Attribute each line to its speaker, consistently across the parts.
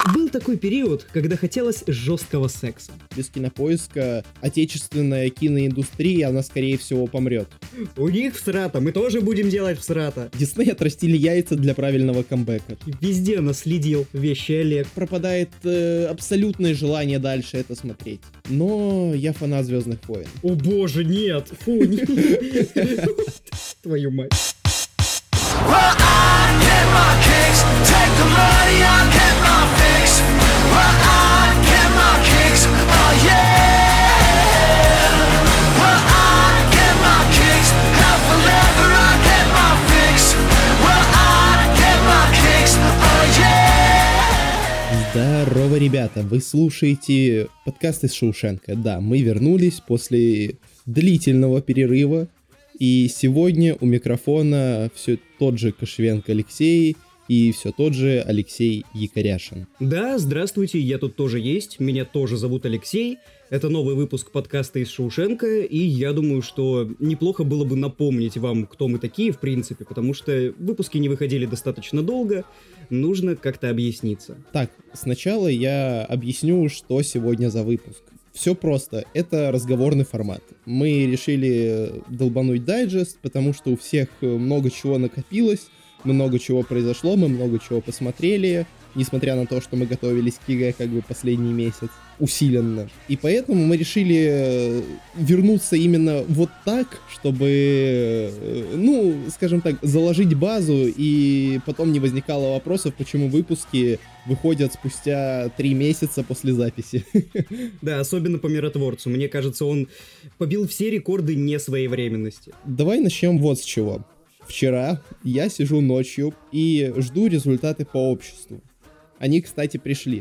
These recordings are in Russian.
Speaker 1: Был такой период, когда хотелось жесткого секса.
Speaker 2: Без Кинопоиска отечественная киноиндустрия, она, скорее всего, помрет.
Speaker 1: У них всрато, мы тоже будем делать всрато.
Speaker 2: Дисней отрастили яйца для правильного камбэка.
Speaker 1: Везде наследил вещи Олег.
Speaker 2: Пропадает абсолютное желание дальше это смотреть. Но я фанат «Звездных войн».
Speaker 1: О боже, нет! Фу, нет. Твою мать.
Speaker 2: Здорово, ребята! Вы слушаете подкаст из Шоушенка. Да, мы вернулись после длительного перерыва. И сегодня у микрофона все тот же Кошевенко Алексей и все тот же Алексей Якоряшин.
Speaker 1: Да, здравствуйте, я тут тоже есть. Меня тоже зовут Алексей. Это новый выпуск подкаста из Шоушенка. И я думаю, что неплохо было бы напомнить вам, кто мы такие, в принципе. Потому что выпуски не выходили достаточно долго. Нужно как-то объясниться.
Speaker 2: Так, сначала я объясню, что сегодня за выпуск. Все просто, это разговорный формат. Мы решили долбануть дайджест, потому что у всех много чего накопилось, много чего произошло, мы много чего посмотрели, несмотря на то, что мы готовились к ЕГЭ как бы последний месяц, усиленно. И поэтому мы решили вернуться именно вот так, чтобы, скажем так, заложить базу, и потом не возникало вопросов, почему выпуски выходят спустя 3 месяца после записи.
Speaker 1: Да, особенно по миротворцу. Мне кажется, он побил все рекорды несвоевременности.
Speaker 2: Давай начнем вот с чего. Вчера я сижу ночью и жду результаты по обществу. Они, кстати, пришли.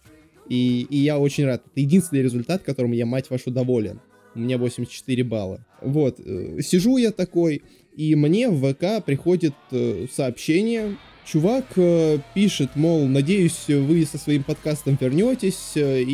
Speaker 2: И я очень рад. Это единственный результат, которым я, мать вашу, доволен. У меня 84 балла. Вот, сижу я такой, и мне в ВК приходит сообщение. Чувак пишет, мол, надеюсь, вы со своим подкастом вернетесь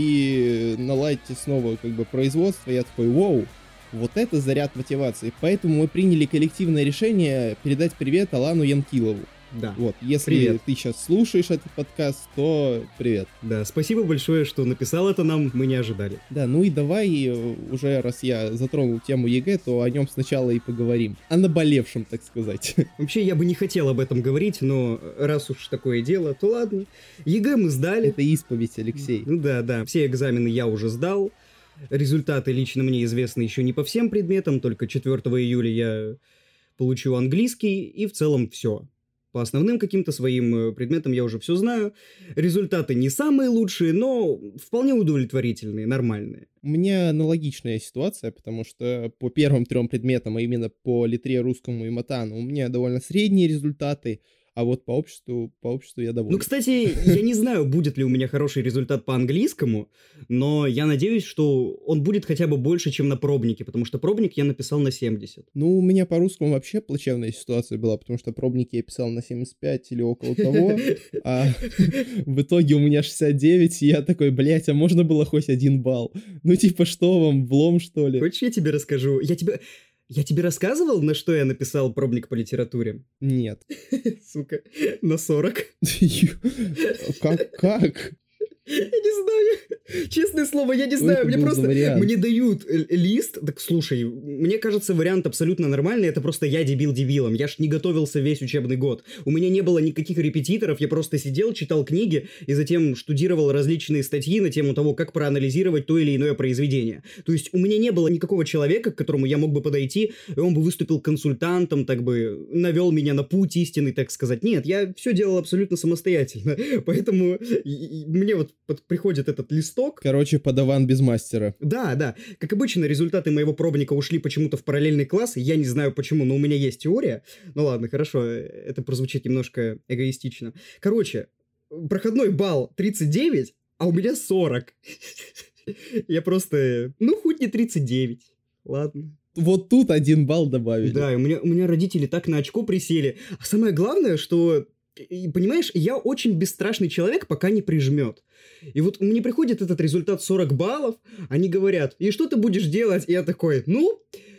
Speaker 2: и наладите снова как бы производство. Я такой, вау, вот это заряд мотивации. Поэтому мы приняли коллективное решение передать привет Алану Янкилову.
Speaker 1: Да.
Speaker 2: Вот, если
Speaker 1: привет.
Speaker 2: Ты сейчас слушаешь этот подкаст, то привет.
Speaker 1: Да, спасибо большое, что написал это нам, мы не ожидали.
Speaker 2: Да, ну и давай уже, раз я затронул тему ЕГЭ, то о нем сначала и поговорим. О наболевшем, так сказать.
Speaker 1: Вообще, я бы не хотел об этом говорить, но раз уж такое дело, то ладно. ЕГЭ мы сдали.
Speaker 2: Это исповедь, Алексей.
Speaker 1: Ну да, все экзамены я уже сдал. Результаты лично мне известны еще не по всем предметам, только 4 июля я получу английский, и в целом все. По основным каким-то своим предметам я уже все знаю. Результаты не самые лучшие, но вполне удовлетворительные, нормальные.
Speaker 2: У меня аналогичная ситуация, потому что по первым 3 предметам, а именно по литре, русскому и матану, у меня довольно средние результаты, а вот по обществу я доволен.
Speaker 1: Ну, кстати, я не знаю, будет ли у меня хороший результат по английскому, но я надеюсь, что он будет хотя бы больше, чем на пробнике, потому что пробник я написал на 70.
Speaker 2: Ну, у меня по русскому вообще плачевная ситуация была, потому что пробники я писал на 75 или около того, а в итоге у меня 69, и я такой, блять, а можно было хоть 1 балл? Ну, типа, что вам, влом, что ли?
Speaker 1: Хочешь, я тебе расскажу? Я тебе рассказывал, на что я написал пробник по литературе?
Speaker 2: Нет.
Speaker 1: Сука, на 40.
Speaker 2: Как?
Speaker 1: Я не знаю. Честное слово, я не знаю. Мне просто... Мне дают лист. Так слушай, мне кажется, вариант абсолютно нормальный. Это просто я дебил дебилом. Я ж не готовился весь учебный год. У меня не было никаких репетиторов. Я просто сидел, читал книги и затем штудировал различные статьи на тему того, как проанализировать то или иное произведение. То есть у меня не было никакого человека, к которому я мог бы подойти, и он бы выступил консультантом, так бы навел меня на путь истинный, так сказать. Нет, я все делал абсолютно самостоятельно. Поэтому мне вот приходит этот листок.
Speaker 2: Короче, подаван без мастера.
Speaker 1: Да. Как обычно, результаты моего пробника ушли почему-то в параллельный класс. Я не знаю почему, но у меня есть теория. Ну ладно, хорошо, это прозвучит немножко эгоистично. Короче, проходной балл 39, а у меня 40. Я просто... Ну, хоть не 39. Ладно.
Speaker 2: Вот тут 1 балл добавили.
Speaker 1: Да, у меня родители так на очко присели. А самое главное, что... И, понимаешь, я очень бесстрашный человек, пока не прижмет. И вот мне приходит этот результат 40 баллов, они говорят, и что ты будешь делать? И я такой,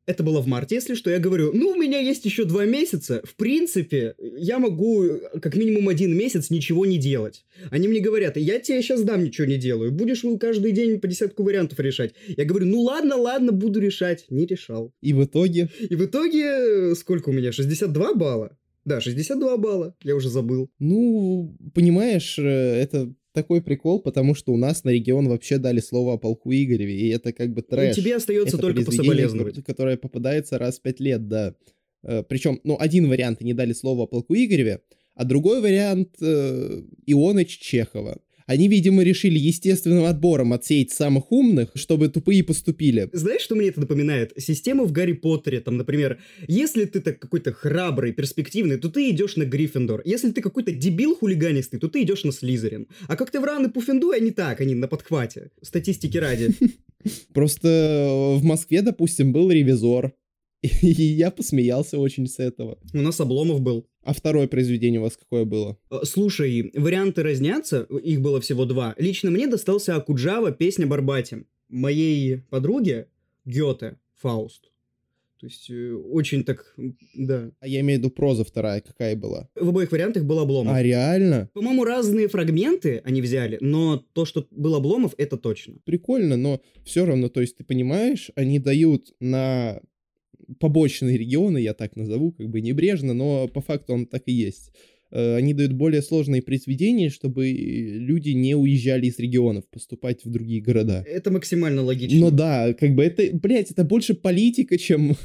Speaker 1: Это было в марте, если что. Я говорю, ну, у меня есть еще 2 месяца. В принципе, я могу как минимум 1 месяц ничего не делать. Они мне говорят, я тебе сейчас дам ничего не делаю. Будешь каждый день по десятку вариантов решать. Я говорю, ну ладно, буду решать. Не решал.
Speaker 2: И в итоге?
Speaker 1: И в итоге, сколько у меня? 62 балла? Да, 62 балла. Я уже забыл.
Speaker 2: Ну, понимаешь, это... такой прикол, потому что у нас на регион вообще дали слово о полку Игореве, и это как бы трэш.
Speaker 1: И тебе остается
Speaker 2: это
Speaker 1: только пособолезновать.
Speaker 2: Которое попадается раз в 5 лет, да. Причем, ну, один вариант не дали слово о полку Игореве, а другой вариант Ионыч Чехова. Они, видимо, решили естественным отбором отсеять самых умных, чтобы тупые поступили.
Speaker 1: Знаешь, что мне это напоминает? Систему в Гарри Поттере. Там, например, если ты так какой-то храбрый, перспективный, то ты идешь на Гриффиндор. Если ты какой-то дебил хулиганистый, то ты идешь на Слизерин. А как ты Вран и Пуффендуй, они так, они на подхвате. Статистики ради.
Speaker 2: Просто в Москве, допустим, был ревизор. И я посмеялся очень с этого.
Speaker 1: У нас Обломов был.
Speaker 2: А второе произведение у вас какое было?
Speaker 1: Слушай, варианты разнятся, их было всего 2. Лично мне достался Акуджава «Песня Барбати». Моей подруге Гёте «Фауст». То есть очень так, да.
Speaker 2: А я имею в виду проза вторая, какая была?
Speaker 1: В обоих вариантах был Обломов.
Speaker 2: А реально?
Speaker 1: По-моему, разные фрагменты они взяли, но то, что был Обломов, это точно.
Speaker 2: Прикольно, но все равно, то есть ты понимаешь, они дают на... побочные регионы, я так назову, как бы небрежно, но по факту он так и есть. Они дают более сложные произведения, чтобы люди не уезжали из регионов, поступать в другие города.
Speaker 1: Это максимально логично.
Speaker 2: Ну да, как бы это, блядь, это больше политика, чем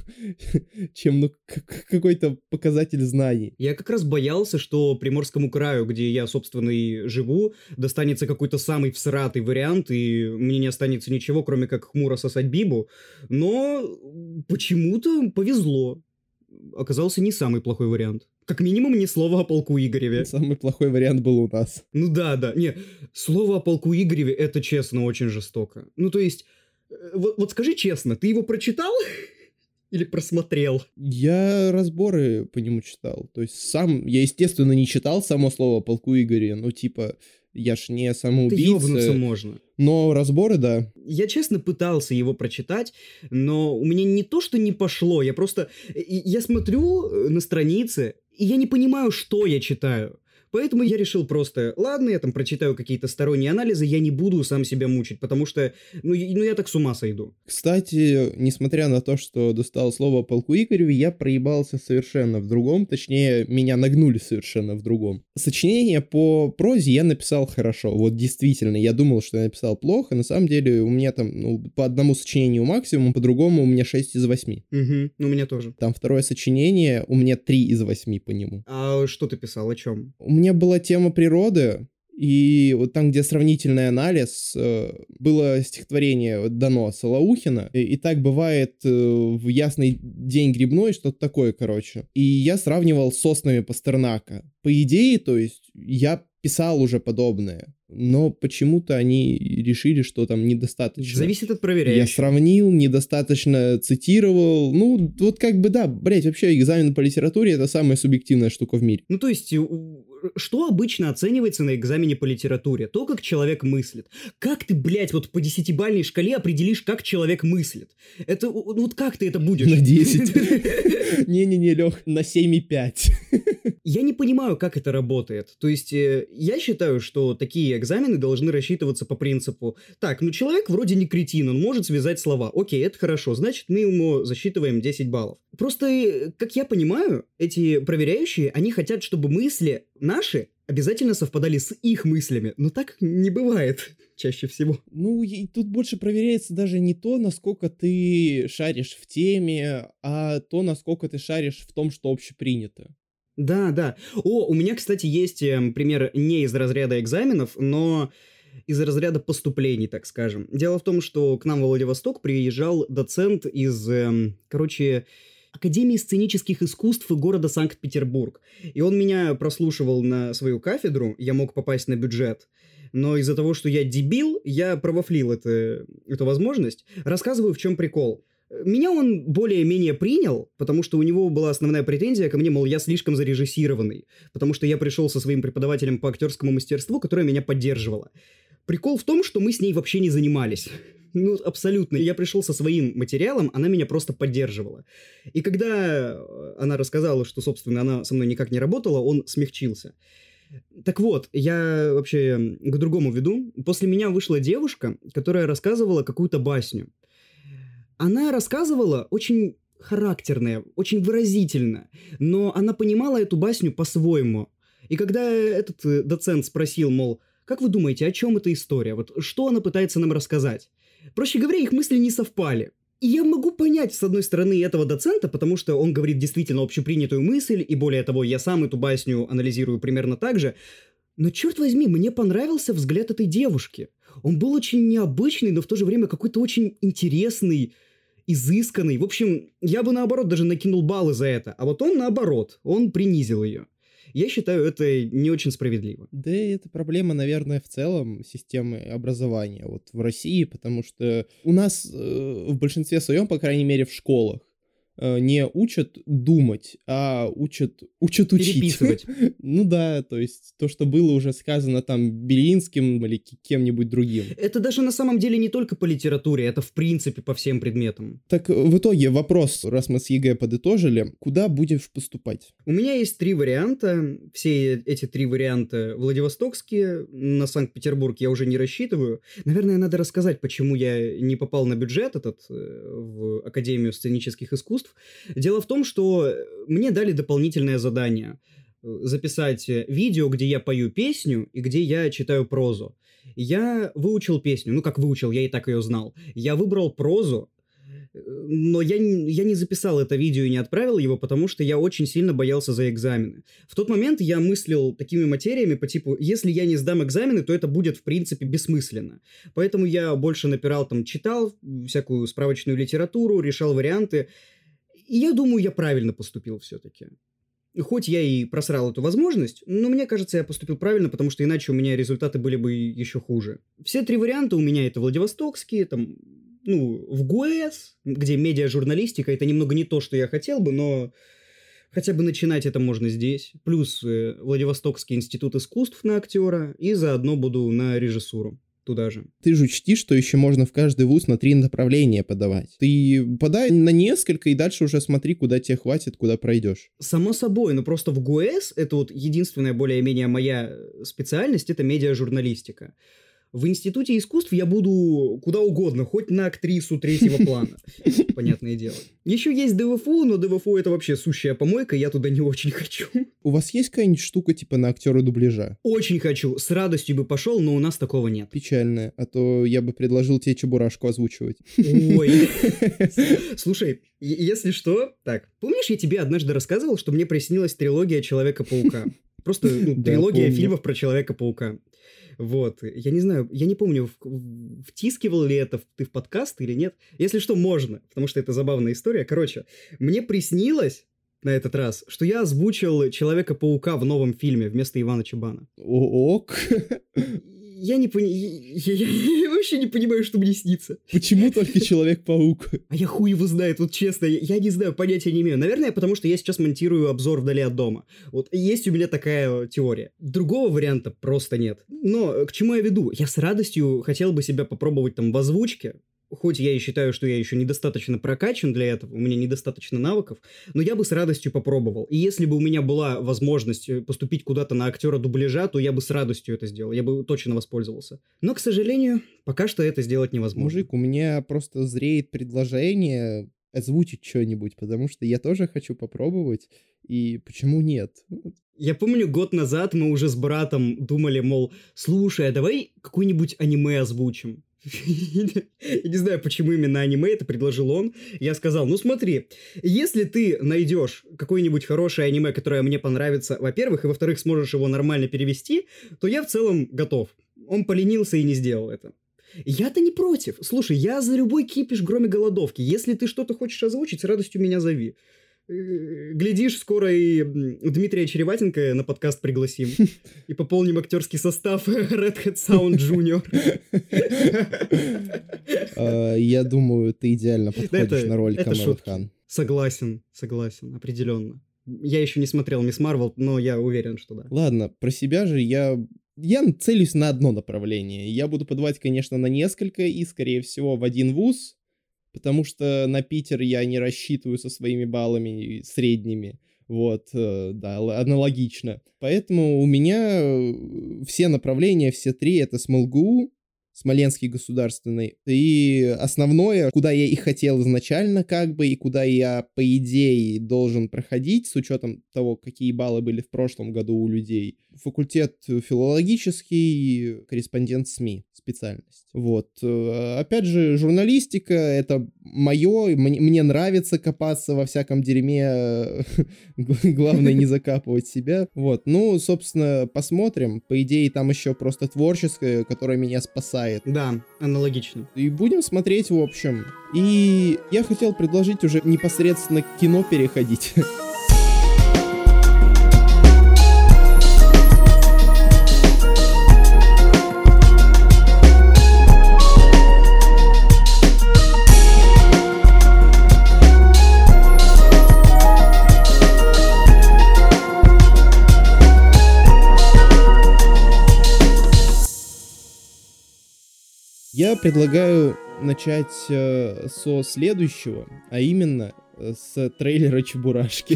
Speaker 2: ну, какой-то показатель знаний.
Speaker 1: Я как раз боялся, что Приморскому краю, где я, собственно, и живу, достанется какой-то самый всратый вариант, и мне не останется ничего, кроме как хмуро сосать Бибу. Но почему-то повезло. Оказался не самый плохой вариант. Как минимум, не слово о полку Игореве.
Speaker 2: Самый плохой вариант был у нас.
Speaker 1: Ну да. Не, слово о полку Игореве, это, честно, очень жестоко. Ну, то есть, вот скажи честно, ты его прочитал или просмотрел?
Speaker 2: Я разборы по нему читал. То есть сам, я, естественно, не читал само слово о полку Игореве, ну, типа, я ж не самоубийца.
Speaker 1: Да ёбнуться можно.
Speaker 2: Но разборы, да.
Speaker 1: Я, честно, пытался его прочитать, но у меня не то, что не пошло, я просто... Я смотрю на страницы, и я не понимаю, что я читаю. Поэтому я решил просто, ладно, я там прочитаю какие-то сторонние анализы, я не буду сам себя мучить, потому что, ну я так с ума сойду.
Speaker 2: Кстати, несмотря на то, что достал слово о полку Игореве, я проебался совершенно в другом, точнее, меня нагнули совершенно в другом. Сочинение по прозе я написал хорошо, вот действительно, я думал, что я написал плохо, на самом деле у меня там, ну, по одному сочинению максимум, по другому у меня 6 из 8.
Speaker 1: Угу, у меня тоже.
Speaker 2: Там второе сочинение, у меня 3 из 8 по нему.
Speaker 1: А что ты писал, о чем?
Speaker 2: У меня была тема природы, и вот там, где сравнительный анализ, было стихотворение дано Солоухина, и так бывает в ясный день грибной, что-то такое, короче. И я сравнивал с соснами Пастернака. По идее, то есть, я писал уже подобное, но почему-то они решили, что там недостаточно.
Speaker 1: Зависит от проверяющего.
Speaker 2: Я сравнил, недостаточно цитировал. Ну, вот как бы, да, блять, вообще экзамен по литературе — это самая субъективная штука в мире.
Speaker 1: Ну, то есть, что обычно оценивается на экзамене по литературе? То, как человек мыслит. Как ты, блядь, вот по 10-бальной шкале определишь, как человек мыслит? Это, вот как ты это будешь?
Speaker 2: На 10. Не-не-не, Лёх, на 7,5.
Speaker 1: Я не понимаю, как это работает. То есть, я считаю, что такие экзамены должны рассчитываться по принципу: так, ну человек вроде не кретин, он может связать слова. Окей, это хорошо, значит, мы ему засчитываем 10 баллов. Просто, как я понимаю, эти проверяющие, они хотят, чтобы мысли наши обязательно совпадали с их мыслями. Но так не бывает чаще всего.
Speaker 2: Ну, и тут больше проверяется даже не то, насколько ты шаришь в теме, а то, насколько ты шаришь в том, что общепринято.
Speaker 1: Да. У меня, кстати, есть пример не из разряда экзаменов, но из разряда поступлений, так скажем. Дело в том, что к нам в Владивосток приезжал доцент из, Академии сценических искусств города Санкт-Петербург. И он меня прослушивал на свою кафедру, я мог попасть на бюджет. Но из-за того, что я дебил, я провафлил эту возможность. Рассказываю, в чем прикол. Меня он более-менее принял, потому что у него была основная претензия ко мне, мол, я слишком зарежиссированный, потому что я пришел со своим преподавателем по актерскому мастерству, которая меня поддерживала. Прикол в том, что мы с ней вообще не занимались. Ну, абсолютно. Я пришел со своим материалом, она меня просто поддерживала. И когда она рассказала, что, собственно, она со мной никак не работала, он смягчился. Так вот, я вообще к другому веду. После меня вышла девушка, которая рассказывала какую-то басню. Она рассказывала очень характерно, очень выразительно, но она понимала эту басню по-своему. И когда этот доцент спросил, мол, как вы думаете, о чем эта история? Вот что она пытается нам рассказать? Проще говоря, их мысли не совпали. И я могу понять, с одной стороны, этого доцента, потому что он говорит действительно общепринятую мысль, и более того, я сам эту басню анализирую примерно так же. Но, черт возьми, мне понравился взгляд этой девушки. Он был очень необычный, но в то же время какой-то очень интересный, изысканный. В общем, я бы наоборот даже накинул баллы за это, а вот он наоборот, он принизил ее. Я считаю, это не очень справедливо.
Speaker 2: Да и это проблема, наверное, в целом системы образования вот в России, потому что у нас в большинстве своем, по крайней мере, в школах не учат думать, а учат учить.
Speaker 1: Переписывать.
Speaker 2: Ну да, то есть то, что было уже сказано там Белинским или кем-нибудь другим.
Speaker 1: Это даже на самом деле не только по литературе, это в принципе по всем предметам.
Speaker 2: Так в итоге вопрос, раз мы с ЕГЭ подытожили, куда будешь поступать?
Speaker 1: У меня есть 3 варианта. Все эти 3 варианта владивостокские. На Санкт-Петербург я уже не рассчитываю. Наверное, надо рассказать, почему я не попал на бюджет этот в Академию сценических искусств. Дело в том, что мне дали дополнительное задание записать видео, где я пою песню и где я читаю прозу. Я выучил песню, ну как выучил, я и так ее знал. Я выбрал прозу, но я не записал это видео и не отправил его, потому что я очень сильно боялся за экзамены. В тот момент я мыслил такими материями по типу, если я не сдам экзамены, то это будет в принципе бессмысленно. Поэтому я больше напирал, там, читал всякую справочную литературу, решал варианты. И я думаю, я правильно поступил все-таки. Хоть я и просрал эту возможность, но мне кажется, я поступил правильно, потому что иначе у меня результаты были бы еще хуже. Все 3 варианта у меня это владивостокские, там, ну, в ГУЭС, где медиа-журналистика, это немного не то, что я хотел бы, но хотя бы начинать это можно здесь. Плюс Владивостокский институт искусств на актера, и заодно буду на режиссуру. Туда же.
Speaker 2: Ты же учти, что еще можно в каждый вуз на 3 направления подавать. Ты подай на несколько и дальше уже смотри, куда тебе хватит, куда пройдешь.
Speaker 1: Само собой, но просто в ГУЭС это вот единственная более-менее моя специальность, это медиа-журналистика. В институте искусств я буду куда угодно, хоть на актрису 3-го плана. Понятное дело. Еще есть ДВФУ, но ДВФУ это вообще сущая помойка, я туда не очень хочу.
Speaker 2: У вас есть какая-нибудь штука типа на актера дубляжа?
Speaker 1: Очень хочу, с радостью бы пошел, но у нас такого нет.
Speaker 2: Печально, а то я бы предложил тебе Чебурашку озвучивать.
Speaker 1: Ой. Слушай, если что... Так, помнишь, я тебе однажды рассказывал, что мне приснилась трилогия Человека-паука? Просто трилогия фильмов про Человека-паука. Вот, я не знаю, я не помню, втискивал ли это ты в подкаст или нет. Если что, можно, потому что это забавная история. Короче, мне приснилось на этот раз, что я озвучил Человека-паука в новом фильме вместо Ивана Чубана.
Speaker 2: Ок.
Speaker 1: Я вообще не понимаю, что мне снится.
Speaker 2: Почему только Человек-паук?
Speaker 1: А я хуй его знает, вот честно, я не знаю, понятия не имею. Наверное, потому что я сейчас монтирую обзор «Вдали от дома». Вот есть у меня такая теория. Другого варианта просто нет. Но к чему я веду? Я с радостью хотел бы себя попробовать там в озвучке. Хоть я и считаю, что я еще недостаточно прокачан для этого, у меня недостаточно навыков, но я бы с радостью попробовал. И если бы у меня была возможность поступить куда-то на актера дубляжа, то я бы с радостью это сделал, я бы точно воспользовался. Но, к сожалению, пока что это сделать невозможно.
Speaker 2: Мужик, у меня просто зреет предложение озвучить что-нибудь, потому что я тоже хочу попробовать, и почему нет?
Speaker 1: Я помню, год назад мы уже с братом думали, мол, слушай, а давай какое-нибудь аниме озвучим. Я не знаю, почему именно аниме, это предложил он. Я сказал, ну смотри, если ты найдешь какое-нибудь хорошее аниме, которое мне понравится, во-первых, и во-вторых, сможешь его нормально перевести, то я в целом готов. Он поленился и не сделал это. Я-то не против. Слушай, я за любой кипиш, кроме голодовки. Если ты что-то хочешь озвучить, с радостью меня зови. Глядишь, скоро и Дмитрия Череватенко на подкаст пригласим. И пополним актерский состав Red Hat Sound Junior.
Speaker 2: Я думаю, ты идеально подходишь на роль Камала Кхан.
Speaker 1: Согласен, определенно. Я еще не смотрел «Мисс Марвел», но я уверен, что да.
Speaker 2: Ладно, про себя же я Я целюсь на одно направление. Я буду подавать, конечно, на несколько и, скорее всего, в один вуз, потому что на Питер я не рассчитываю со своими баллами средними. Вот, да, аналогично. Поэтому у меня все направления, все три, это СмолГУ, Смоленский государственный, и основное, куда я и хотел изначально, как бы, и куда я, по идее, должен проходить, с учетом того, какие баллы были в прошлом году у людей. Факультет филологический, корреспондент СМИ, специальность. Вот. Опять же, журналистика — это мое, мне нравится копаться во всяком дерьме, главное не закапывать себя. Вот. Ну, собственно, посмотрим. По идее, там еще просто творческое, которое меня спасает.
Speaker 1: Да, аналогично.
Speaker 2: И будем смотреть, в общем. И я хотел предложить уже непосредственно к кино переходить. Я предлагаю начать со следующего, а именно с трейлера Чебурашки.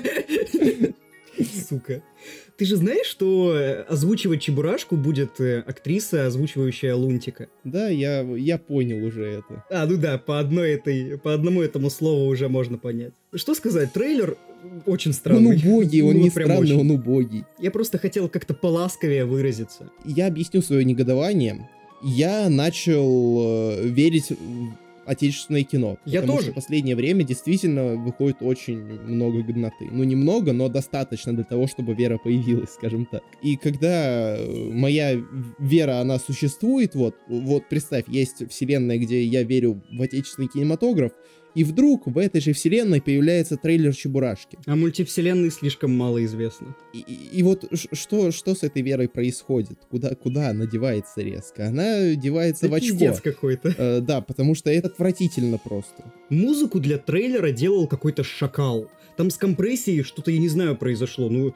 Speaker 1: Сука. Ты же знаешь, что озвучивать Чебурашку будет актриса, озвучивающая Лунтика?
Speaker 2: Да, я понял уже это.
Speaker 1: Ну да, по одному этому слову уже можно понять. Что сказать, трейлер очень странный.
Speaker 2: Он убогий, он не странный, он убогий.
Speaker 1: Я просто хотел как-то поласковее выразиться.
Speaker 2: Я объясню свое негодование. Я начал верить в отечественное кино.
Speaker 1: Я
Speaker 2: потому
Speaker 1: тоже.
Speaker 2: Что в последнее время действительно выходит очень много годноты. Ну, немного, но достаточно для того, чтобы вера появилась, скажем так. И когда моя вера, она существует, вот представь, есть вселенная, где я верю в отечественный кинематограф, и вдруг в этой же вселенной появляется трейлер Чебурашки.
Speaker 1: А мультивселенной слишком мало известно.
Speaker 2: И вот что с этой верой происходит? Куда она девается резко? Она девается в очко.
Speaker 1: Пиздец какой-то.
Speaker 2: Да, потому что это отвратительно просто.
Speaker 1: Музыку для трейлера делал какой-то шакал. Там с компрессией что-то, я не знаю, произошло. Ну,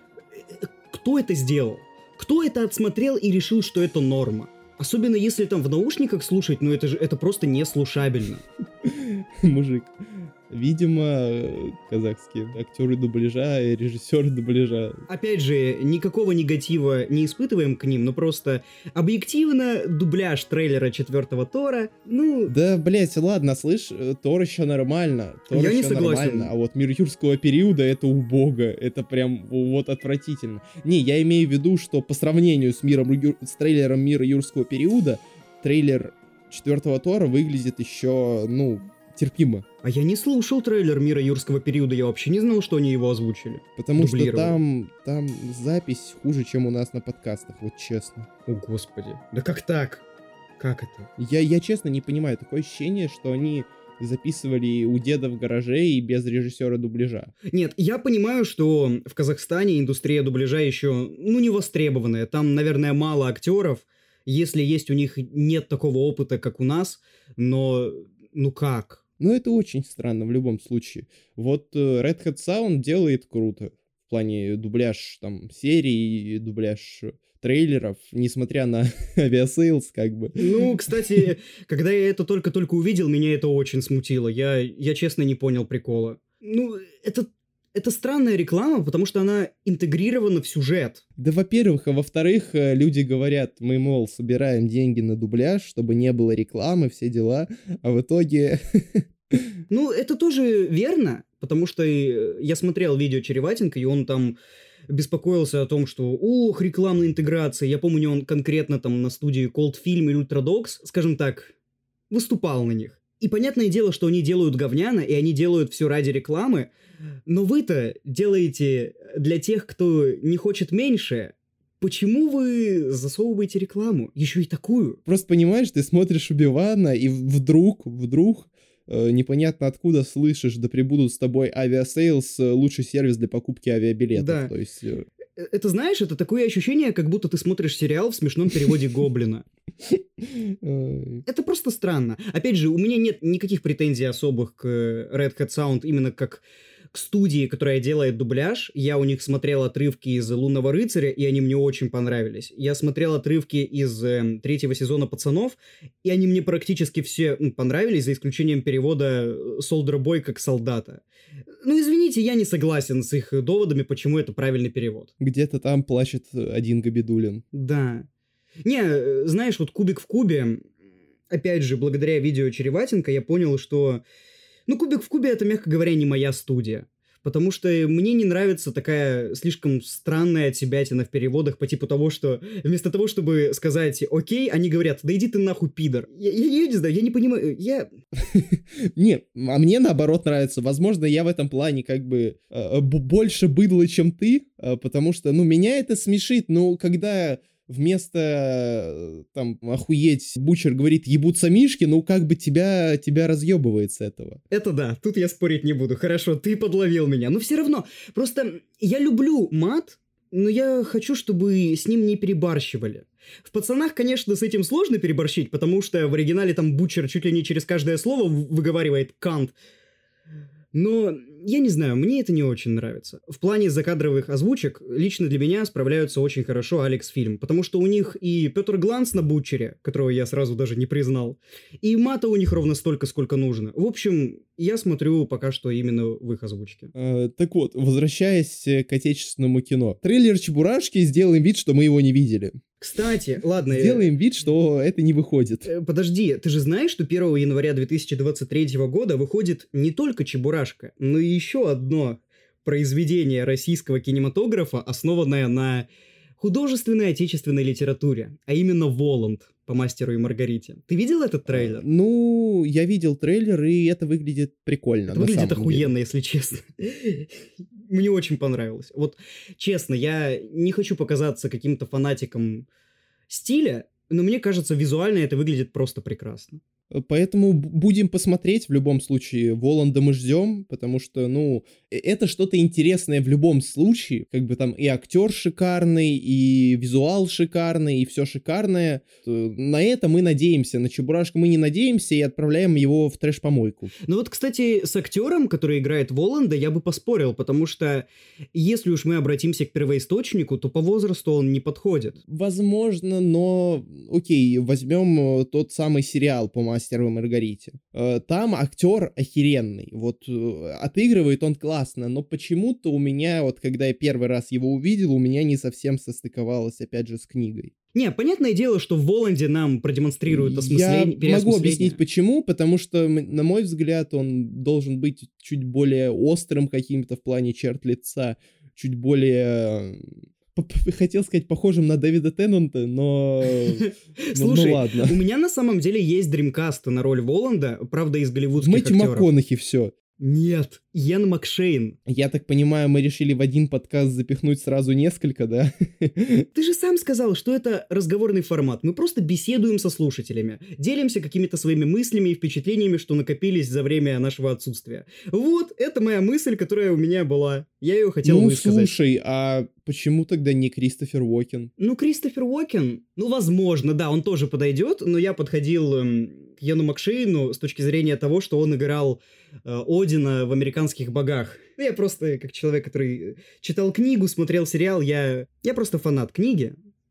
Speaker 1: кто это сделал? Кто это отсмотрел и решил, что это норма? Особенно если там в наушниках слушать, ну это просто неслушабельно.
Speaker 2: Мужик. Видимо, казахские актеры дубляжа и режиссеры дубляжа.
Speaker 1: Опять же, никакого негатива не испытываем к ним, но просто объективно дубляж трейлера 4-го Тора, ну...
Speaker 2: Да, блять, ладно, слышь, Тор еще нормально. Тор
Speaker 1: Я
Speaker 2: еще
Speaker 1: не согласен.
Speaker 2: Нормально, а вот Мир юрского периода это убого, это прям вот отвратительно. Не, я имею в виду, что по сравнению с трейлером Мира юрского периода, трейлер 4-го Тора выглядит еще, терпимо.
Speaker 1: А я не слушал трейлер Мира юрского периода, я вообще не знал, что они его озвучили.
Speaker 2: Потому что там запись хуже, чем у нас на подкастах, вот честно.
Speaker 1: О, господи. Да как так? Как это?
Speaker 2: Я честно не понимаю, такое ощущение, что они записывали у деда в гараже и без режиссера дубляжа.
Speaker 1: Нет, я понимаю, что в Казахстане индустрия дубляжа еще, не востребованная. Там, наверное, мало актеров. Если есть у них, нет такого опыта, как у нас. Но, как?
Speaker 2: Это очень странно в любом случае. Вот Red Hat Sound делает круто. В плане дубляж там серий, дубляж трейлеров, несмотря на авиасейлс, как бы.
Speaker 1: Кстати, когда я это только-только увидел, меня это очень смутило. Я честно не понял прикола. Это странная реклама, потому что она интегрирована в сюжет.
Speaker 2: Да, во-первых, а во-вторых, люди говорят, мы, мол, собираем деньги на дубляж, чтобы не было рекламы, все дела, а в итоге...
Speaker 1: Это тоже верно, потому что я смотрел видео Череватенко, и он там беспокоился о том, что, рекламная интеграция. Я помню, он конкретно там на студии Cold Film и Ultradox, скажем так, выступал на них. И понятное дело, что они делают говняно, и они делают все ради рекламы, но вы-то делаете для тех, кто не хочет меньше. Почему вы засовываете рекламу? Еще и такую.
Speaker 2: Просто понимаешь, ты смотришь Оби-Вана, и вдруг, непонятно откуда слышишь, да прибудут с тобой авиасейлс, лучший сервис для покупки авиабилетов.
Speaker 1: Да.
Speaker 2: То есть...
Speaker 1: Это, знаешь, это такое ощущение, как будто ты смотришь сериал в смешном переводе Гоблина. Это просто странно. Опять же, у меня нет никаких претензий особых к Red Hat Sound именно как к студии, которая делает дубляж. Я у них смотрел отрывки из «Лунного рыцаря», и они мне очень понравились. Я смотрел отрывки из 3-го сезона «Пацанов», и они мне практически все понравились, за исключением перевода «Soldier Boy» как «солдата». Ну, извините, я не согласен с их доводами, почему это правильный перевод.
Speaker 2: Где-то там плачет один Габидуллин.
Speaker 1: Да. Не, знаешь, вот «Кубик в кубе», опять же, благодаря видео Череватенко я понял, что... Ну, «Кубик в кубе» — это, мягко говоря, не моя студия. Потому что мне не нравится такая слишком странная отсебятина в переводах по типу того, что вместо того, чтобы сказать «окей», они говорят «да иди ты нахуй, пидор». Я не знаю, я не понимаю,
Speaker 2: Не, а мне наоборот нравится. Возможно, я в этом плане как бы больше быдло, чем ты, потому что, ну, меня это смешит, но когда... Вместо, там, охуеть, Бучер говорит «ебутся мишки», ну, как бы тебя разъебывает с этого.
Speaker 1: Это да, тут я спорить не буду. Хорошо, ты подловил меня. Но все равно, просто я люблю мат, но я хочу, чтобы с ним не перебарщивали. В «Пацанах», конечно, с этим сложно переборщить, потому что в оригинале там Бучер чуть ли не через каждое слово выговаривает «кант». Но, я не знаю, мне это не очень нравится. В плане закадровых озвучек лично для меня справляются очень хорошо Алекс Фильм, потому что у них и Петр Гланц на Бутчере, которого я сразу даже не признал, и мата у них ровно столько, сколько нужно. В общем, я смотрю пока что именно в их озвучке.
Speaker 2: Так вот, возвращаясь к отечественному кино. Трейлер «Чебурашки», сделаем вид, что мы его не видели.
Speaker 1: Кстати, ладно...
Speaker 2: Сделаем вид, что это не выходит.
Speaker 1: Подожди, ты же знаешь, что 1 января 2023 года выходит не только «Чебурашка», но и еще одно произведение российского кинематографа, основанное на художественной отечественной литературе, а именно «Воланд» по «Мастеру и Маргарите». Ты видел этот трейлер?
Speaker 2: Ну, я видел трейлер, и это выглядит прикольно.
Speaker 1: Это выглядит охуенно, если честно. Мне очень понравилось. Вот, честно, я не хочу показаться каким-то фанатиком стиля, но мне кажется, визуально это выглядит просто прекрасно.
Speaker 2: Поэтому будем посмотреть в любом случае. Воланда мы ждем, потому что, ну, это что-то интересное в любом случае. Как бы там и актер шикарный, и визуал шикарный, и все шикарное. На это мы надеемся. На Чебурашку мы не надеемся и отправляем его в трэш-помойку.
Speaker 1: Ну вот, кстати, с актером, который играет Воланда, я бы поспорил, потому что если уж мы обратимся к первоисточнику, то по возрасту он не подходит.
Speaker 2: Возможно, но... Окей, возьмем тот самый сериал по «Мастеру и Маргарите». Там актер охеренный. Вот отыгрывает он классно, но почему-то у меня, вот когда я первый раз его увидел, у меня не совсем состыковалось, опять же, с книгой.
Speaker 1: Не, понятное дело, что в «Воланде» нам продемонстрируют осмысление.
Speaker 2: Я могу объяснить почему, потому что, на мой взгляд, он должен быть чуть более острым каким-то в плане черт лица, чуть более... Хотел сказать, похожим на Дэвида Теннанта, но...
Speaker 1: Слушай,
Speaker 2: ну, ладно.
Speaker 1: У меня на самом деле есть дримкаст на роль Воланда, правда, из голливудских
Speaker 2: актеров. Мэтью МакКонахи все.
Speaker 1: Нет, Иэн Макшейн.
Speaker 2: Я так понимаю, мы решили в один подкаст запихнуть сразу несколько, да?
Speaker 1: Ты же сам сказал, что это разговорный формат. Мы просто беседуем со слушателями, делимся какими-то своими мыслями и впечатлениями, что накопились за время нашего отсутствия. Вот, это моя мысль, которая у меня была. Я ее хотел высказать.
Speaker 2: Ну, слушай, а почему тогда не Кристофер Уокен?
Speaker 1: Ну, Кристофер Уокен, ну, возможно, да, он тоже подойдет, но я подходил к Иэну Макшейну с точки зрения того, что он играл Одина в «Американских богах». Я просто, как человек, который читал книгу, смотрел сериал, я просто фанат книги,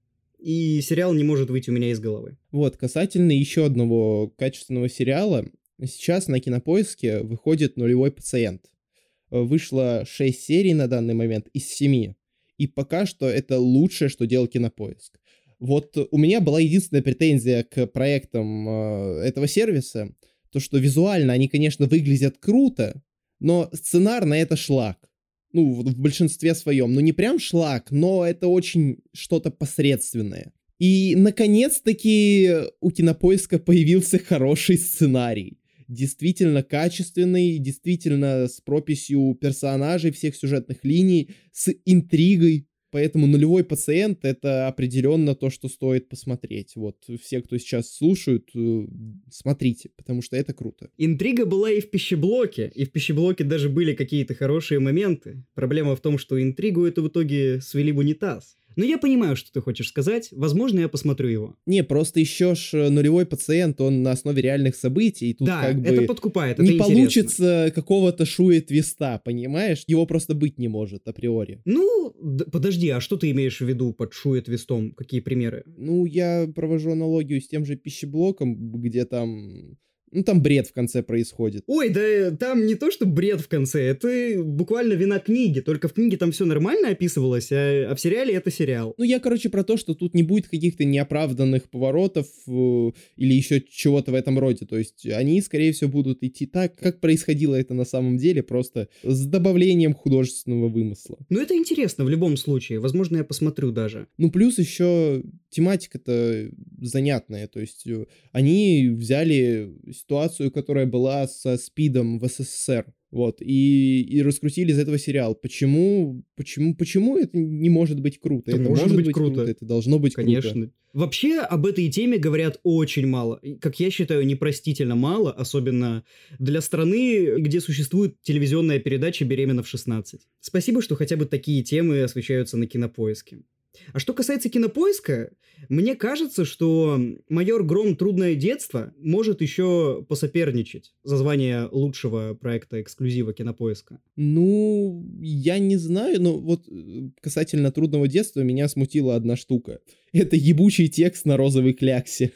Speaker 1: и сериал не может выйти у меня из головы.
Speaker 2: Вот, касательно еще одного качественного сериала, сейчас на Кинопоиске выходит «Нулевой пациент». Вышло 6 серий на данный момент из 7, и пока что это лучшее, что делал Кинопоиск. Вот у меня была единственная претензия к проектам этого сервиса, то, что визуально они, конечно, выглядят круто, но сценарно это шлак. Ну, в большинстве своем. Ну, не прям шлак, но это очень что-то посредственное. И, наконец-таки, у Кинопоиска появился хороший сценарий. Действительно качественный, действительно с прописью персонажей всех сюжетных линий, с интригой. Поэтому «Нулевой пациент» — это определенно то, что стоит посмотреть. Вот все, кто сейчас слушают, смотрите, потому что это круто.
Speaker 1: Интрига была и в «Пищеблоке», и в «Пищеблоке» даже были какие-то хорошие моменты. Проблема в том, что интригу эту в итоге свели в унитаз. Но я понимаю, что ты хочешь сказать. Возможно, я посмотрю его.
Speaker 2: Не, просто еще ж «Нулевой пациент», он на основе реальных событий. И тут
Speaker 1: да,
Speaker 2: как бы
Speaker 1: это подкупает,
Speaker 2: не
Speaker 1: это
Speaker 2: получится какого-то шуэ-твиста, понимаешь? Его просто быть не может априори.
Speaker 1: Ну, подожди, а что ты имеешь в виду под шуэ-твистом? Какие примеры?
Speaker 2: Ну, я провожу аналогию с тем же «Пищеблоком», где там... Ну, там бред в конце происходит.
Speaker 1: Ой, да там не то, что бред в конце, это буквально вина книги. Только в книге там все нормально описывалось, а в сериале это сериал.
Speaker 2: Ну, я, короче, про то, что тут не будет каких-то неоправданных поворотов или еще чего-то в этом роде. То есть они, скорее всего, будут идти так, как происходило это на самом деле, просто с добавлением художественного вымысла.
Speaker 1: Ну, это интересно в любом случае. Возможно, я посмотрю даже.
Speaker 2: Ну, плюс еще тематика-то занятная. То есть они взяли ситуацию, которая была со СПИДом в СССР, вот, и раскрутили из этого сериал. Почему это не может быть круто?
Speaker 1: Это может быть круто.
Speaker 2: Это должно быть
Speaker 1: Конечно.
Speaker 2: круто.
Speaker 1: Вообще об этой теме говорят очень мало. Как я считаю, непростительно мало, особенно для страны, где существует телевизионная передача «Беременна в 16». Спасибо, что хотя бы такие темы освещаются на Кинопоиске. А что касается Кинопоиска, мне кажется, что «Майор Гром. Трудное детство» может еще посоперничать за звание лучшего проекта эксклюзива Кинопоиска.
Speaker 2: Ну, я не знаю, но вот касательно «Трудного детства» меня смутила одна штука. Это ебучий текст на розовой кляксе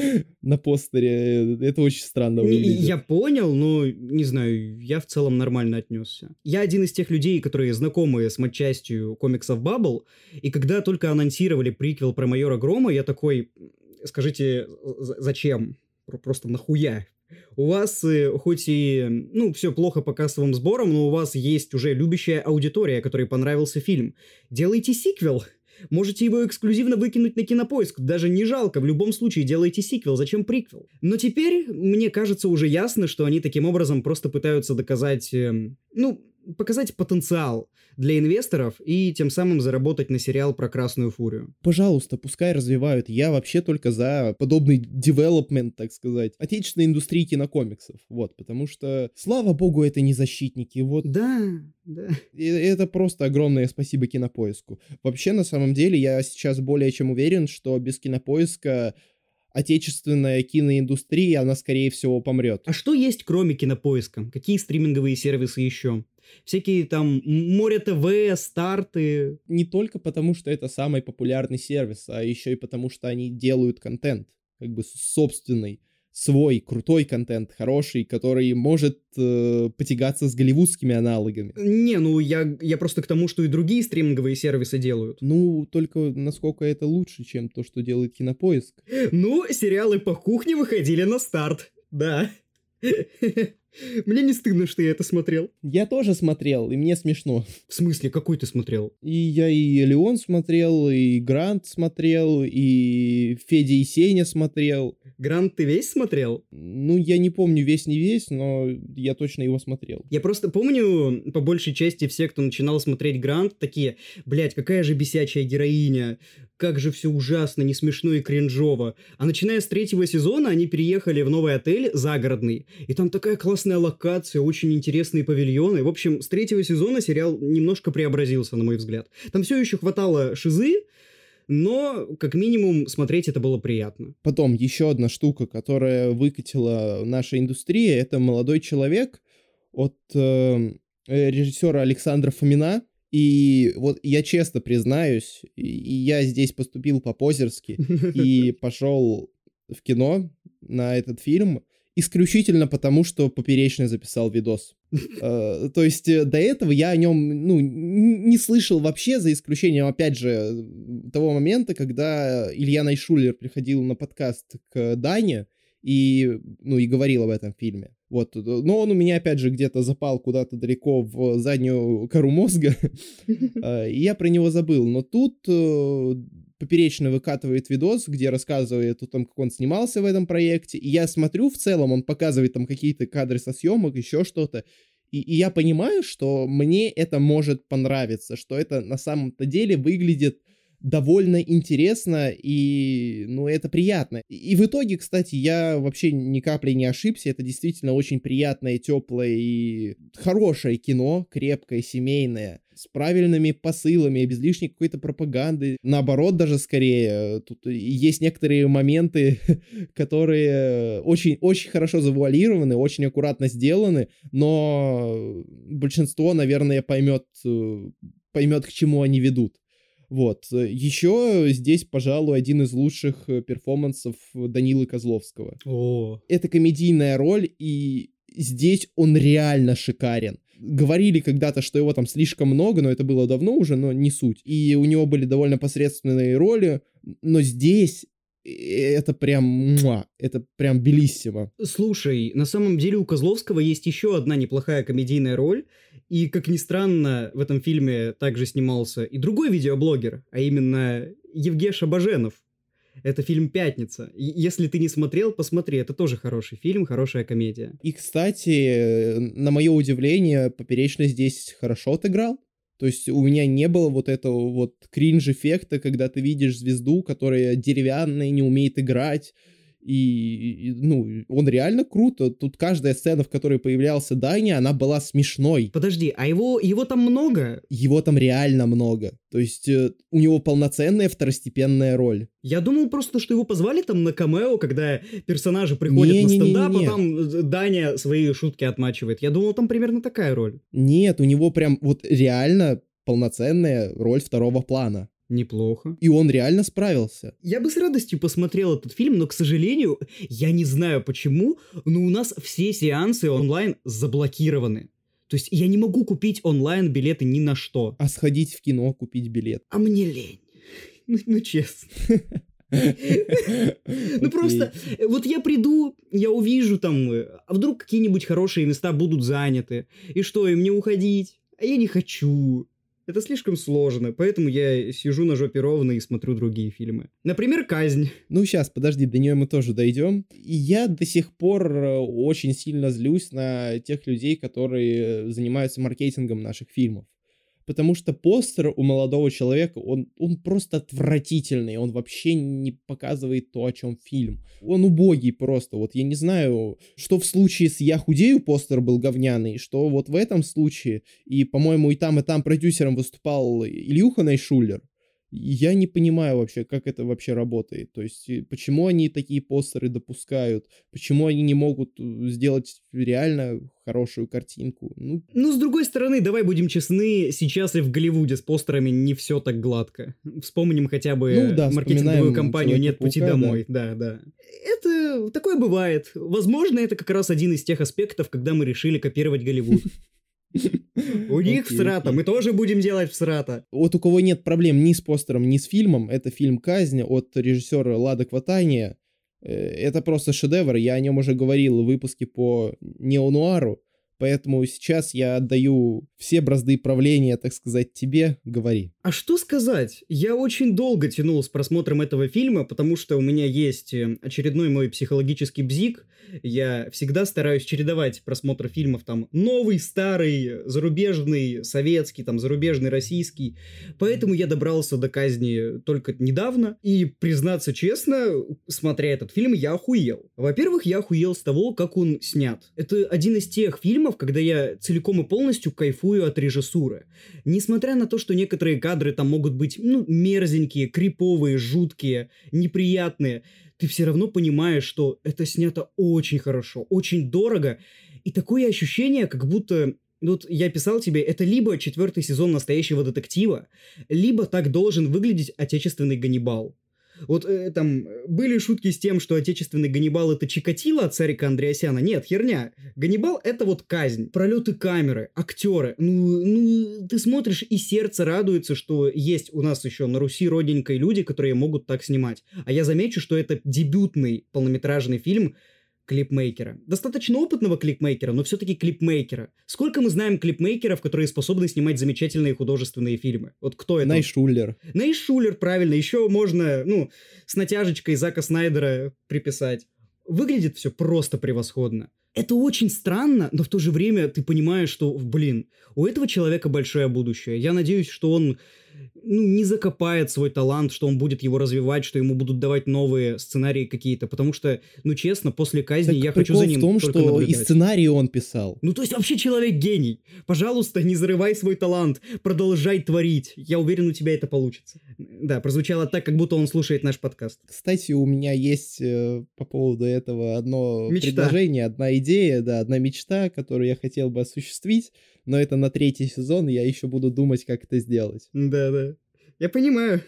Speaker 2: на постере. Это очень странно выглядит.
Speaker 1: Я понял, но, не знаю, я в целом нормально отнесся. Я один из тех людей, которые знакомы с матчастью комиксов Bubble, и когда только анонсировали приквел про Майора Грома, я такой, скажите, зачем? Просто нахуя? У вас хоть и, ну, все плохо по кассовым сборам, но у вас есть уже любящая аудитория, которой понравился фильм. Делайте сиквел. Можете его эксклюзивно выкинуть на Кинопоиск, даже не жалко, в любом случае делайте сиквел, зачем приквел? Но теперь, мне кажется, уже ясно, что они таким образом просто пытаются доказать, показать потенциал для инвесторов и тем самым заработать на сериал про Красную Фурию.
Speaker 2: Пожалуйста, пускай развивают. Я вообще только за подобный девелопмент, так сказать, отечественной индустрии кинокомиксов. Вот, потому что, слава богу, это не защитники. Вот.
Speaker 1: Да.
Speaker 2: И это просто огромное спасибо Кинопоиску. Вообще, на самом деле, я сейчас более чем уверен, что без Кинопоиска отечественная киноиндустрия, она, скорее всего, помрет.
Speaker 1: А что есть кроме Кинопоиска? Какие стриминговые сервисы еще? Всякие там Море ТВ, Старты.
Speaker 2: Не только потому, что это самый популярный сервис, а еще и потому, что они делают контент, как бы собственный, свой крутой контент, хороший, который может потягаться с голливудскими аналогами.
Speaker 1: Не, я просто к тому, что и другие стриминговые сервисы делают.
Speaker 2: Ну, только насколько это лучше, чем то, что делает Кинопоиск.
Speaker 1: Ну, сериалы по кухне выходили на Старт, да. Мне не стыдно, что я это смотрел.
Speaker 2: Я тоже смотрел, и мне смешно.
Speaker 1: В смысле, какой ты смотрел?
Speaker 2: И я и Леон смотрел, и Грант смотрел, и Федя и Сеня смотрел.
Speaker 1: Грант ты весь смотрел?
Speaker 2: Ну, я не помню весь не весь, но я точно его смотрел.
Speaker 1: Я просто помню, по большей части, все, кто начинал смотреть Грант, такие, блять, какая же бесячая героиня, как же все ужасно, не смешно и кринжово. А начиная с 3-го сезона, они переехали в новый отель загородный, и там такая классная локация, очень интересные павильоны. В общем, с 3-го сезона сериал немножко преобразился, на мой взгляд. Там все еще хватало шизы, но, как минимум, смотреть это было приятно.
Speaker 2: Потом, еще одна штука, которая выкатила наша индустрия, это «Молодой человек» от режиссера Александра Фомина. И вот я честно признаюсь, и я здесь поступил по-позерски и пошел в кино на этот фильм исключительно потому, что Поперечный записал видос. То есть до этого я о нем не слышал вообще, за исключением, опять же, того момента, когда Илья Найшулер приходил на подкаст к Дане и говорил об этом фильме. Вот. Но он у меня, опять же, где-то запал куда-то далеко в заднюю кору мозга, и я про него забыл. Но тут Поперечный выкатывает видос, где рассказывает о том, как он снимался в этом проекте, и я смотрю, в целом он показывает там какие-то кадры со съемок, еще что-то, и я понимаю, что мне это может понравиться, что это на самом-то деле выглядит довольно интересно, и, это приятно. И в итоге, кстати, я вообще ни капли не ошибся, это действительно очень приятное, теплое и хорошее кино, крепкое, семейное, с правильными посылами, без лишней какой-то пропаганды. Наоборот, даже скорее, тут есть некоторые моменты, которые очень хорошо завуалированы, очень аккуратно сделаны, но большинство, наверное, поймет, к чему они ведут. Вот. Еще здесь, пожалуй, один из лучших перформансов Данилы Козловского. Это комедийная роль, и здесь он реально шикарен. Говорили когда-то, что его там слишком много, но это было давно уже, но не суть. И у него были довольно посредственные роли, но здесь это прям белиссимо.
Speaker 1: Слушай, на самом деле у Козловского есть еще одна неплохая комедийная роль, и, как ни странно, в этом фильме также снимался и другой видеоблогер, а именно Евгеша Баженов. Это фильм «Пятница». Если ты не смотрел, посмотри, это тоже хороший фильм, хорошая комедия.
Speaker 2: И, кстати, на мое удивление, Поперечный здесь хорошо отыграл. То есть у меня не было вот этого вот кринж-эффекта, когда ты видишь звезду, которая деревянная, не умеет играть. И он реально круто. Тут каждая сцена, в которой появлялся Даня, она была смешной.
Speaker 1: Подожди, а его там много?
Speaker 2: Его там реально много. То есть у него полноценная второстепенная роль.
Speaker 1: Я думал просто, что его позвали там на камео, когда персонажи приходят на стендап, а там Даня свои шутки отмачивает. Я думал, там примерно такая роль.
Speaker 2: Нет, у него прям вот реально полноценная роль второго плана.
Speaker 1: Неплохо.
Speaker 2: И он реально справился.
Speaker 1: Я бы с радостью посмотрел этот фильм, но, к сожалению, я не знаю почему, но у нас все сеансы онлайн заблокированы. То есть я не могу купить онлайн билеты ни на что.
Speaker 2: А сходить в кино, купить билет?
Speaker 1: А мне лень. Ну, честно. Ну просто, вот я приду, я увижу там, а вдруг какие-нибудь хорошие места будут заняты. И что, им не уходить? А я не хочу. Это слишком сложно, поэтому я сижу на жопе ровно и смотрю другие фильмы. Например, «Казнь».
Speaker 2: Ну, сейчас, подожди, до нее мы тоже дойдем. И я до сих пор очень сильно злюсь на тех людей, которые занимаются маркетингом наших фильмов. Потому что постер у молодого человека, он просто отвратительный, он вообще не показывает то, о чем фильм. Он убогий просто, вот я не знаю, что в случае с «Я худею» постер был говняный, что вот в этом случае, и, по-моему, и там продюсером выступал Ильюха Найшулер. Я не понимаю вообще, как это вообще работает. То есть, почему они такие постеры допускают? Почему они не могут сделать реально хорошую картинку? Ну,
Speaker 1: с другой стороны, давай будем честны, сейчас и в Голливуде с постерами не все так гладко. Вспомним хотя бы маркетинговую кампанию «Нет пути домой». Да. Это такое бывает. Возможно, это как раз один из тех аспектов, когда мы решили копировать Голливуд. У них всрато, мы тоже будем делать всрато.
Speaker 2: Вот у кого нет проблем ни с постером, ни с фильмом, это фильм «Казнь» от режиссера Лады Кватания. Это просто шедевр, я о нем уже говорил в выпуске по неонуару, поэтому сейчас я отдаю все бразды правления, так сказать, тебе, говори.
Speaker 1: А что сказать? Я очень долго тянул с просмотром этого фильма, потому что у меня есть очередной мой психологический бзик. Я всегда стараюсь чередовать просмотр фильмов там новый, старый, зарубежный, советский, там зарубежный, российский. Поэтому я добрался до «Казни» только недавно. И, признаться честно, смотря этот фильм, я охуел. Во-первых, я охуел с того, как он снят. Это один из тех фильмов, когда я целиком и полностью кайфую от режиссуры. Несмотря на то, что некоторые кадры там могут быть, мерзенькие, криповые, жуткие, неприятные, ты все равно понимаешь, что это снято очень хорошо, очень дорого, и такое ощущение, как будто... Вот я писал тебе, это либо 4-й сезон «Настоящего детектива», либо так должен выглядеть отечественный «Ганнибал». Вот там были шутки с тем, что отечественный «Ганнибал» — это Чикатило от Сарика Андреасяна. Нет, херня. «Ганнибал» — это вот «Казнь». Пролеты камеры, актеры. Ты смотришь, и сердце радуется, что есть у нас еще на Руси родненькой люди, которые могут так снимать. А я замечу, что это дебютный полнометражный фильм клипмейкера. Достаточно опытного клипмейкера, но все-таки клипмейкера. Сколько мы знаем клипмейкеров, которые способны снимать замечательные художественные фильмы? Вот кто это?
Speaker 2: Найшулер.
Speaker 1: Найшулер, правильно. Еще можно, с натяжечкой Зака Снайдера приписать. Выглядит все просто превосходно. Это очень странно, но в то же время ты понимаешь, что, у этого человека большое будущее. Я надеюсь, что он не закопает свой талант, что он будет его развивать, что ему будут давать новые сценарии какие-то, потому что, честно, после казни
Speaker 2: так
Speaker 1: я хочу за ним
Speaker 2: в том,
Speaker 1: только
Speaker 2: что
Speaker 1: наблюдать.
Speaker 2: и сценарий он писал.
Speaker 1: То есть вообще человек гений. Пожалуйста, не зарывай свой талант, продолжай творить. Я уверен, у тебя это получится. Да, прозвучало так, как будто он слушает наш подкаст.
Speaker 2: Кстати, у меня есть по поводу этого одно
Speaker 1: Мечта.
Speaker 2: предложение, одна идея, да, одна мечта, которую я хотел бы осуществить, но это на 3-й сезон, я еще буду думать, как это сделать.
Speaker 1: Да. Я понимаю.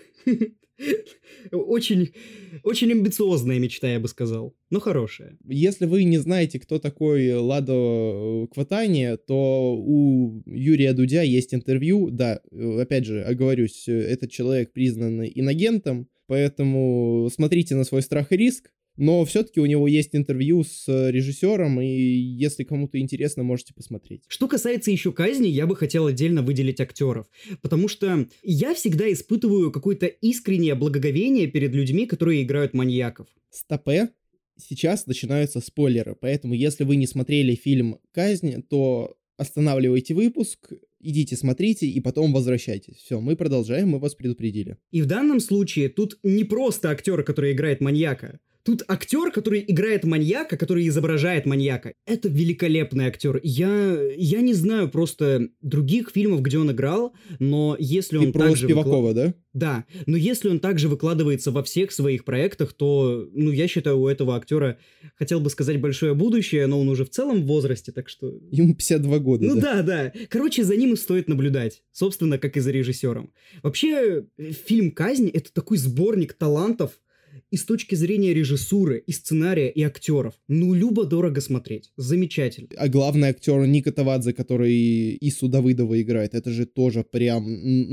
Speaker 1: Очень, очень амбициозная мечта, я бы сказал, но хорошая.
Speaker 2: Если вы не знаете, кто такой Ладо Кватани, то у Юрия Дудя есть интервью. Да, опять же, оговорюсь, этот человек признан инагентом, поэтому смотрите на свой страх и риск. Но все-таки у него есть интервью с режиссером, и если кому-то интересно, можете посмотреть.
Speaker 1: Что касается еще казни, я бы хотел отдельно выделить актеров, потому что я всегда испытываю какое-то искреннее благоговение перед людьми, которые играют маньяков.
Speaker 2: Стопе, сейчас начинаются спойлеры, поэтому если вы не смотрели фильм «Казнь», то останавливайте выпуск, идите смотрите и потом возвращайтесь. Все, мы продолжаем, мы вас предупредили.
Speaker 1: И в данном случае тут не просто актер, который играет маньяка. Тут актер, который играет маньяка, который изображает маньяка. Это великолепный актер. Я не знаю просто других фильмов, где он играл, но если он
Speaker 2: про Спивакова, да?
Speaker 1: Да, но если он также выкладывается во всех своих проектах, то, я считаю, у этого актера, хотел бы сказать, большое будущее, но он уже в целом в возрасте, так что...
Speaker 2: Ему 52 года,
Speaker 1: да. Короче, за ним и стоит наблюдать, собственно, как и за режиссером. Вообще, фильм «Казнь» — это такой сборник талантов, и с точки зрения режиссуры, и сценария, и актеров. Любо-дорого смотреть. Замечательно.
Speaker 2: А главный актер Ника Тавадзе, который Ису Давыдова играет, это же тоже прям,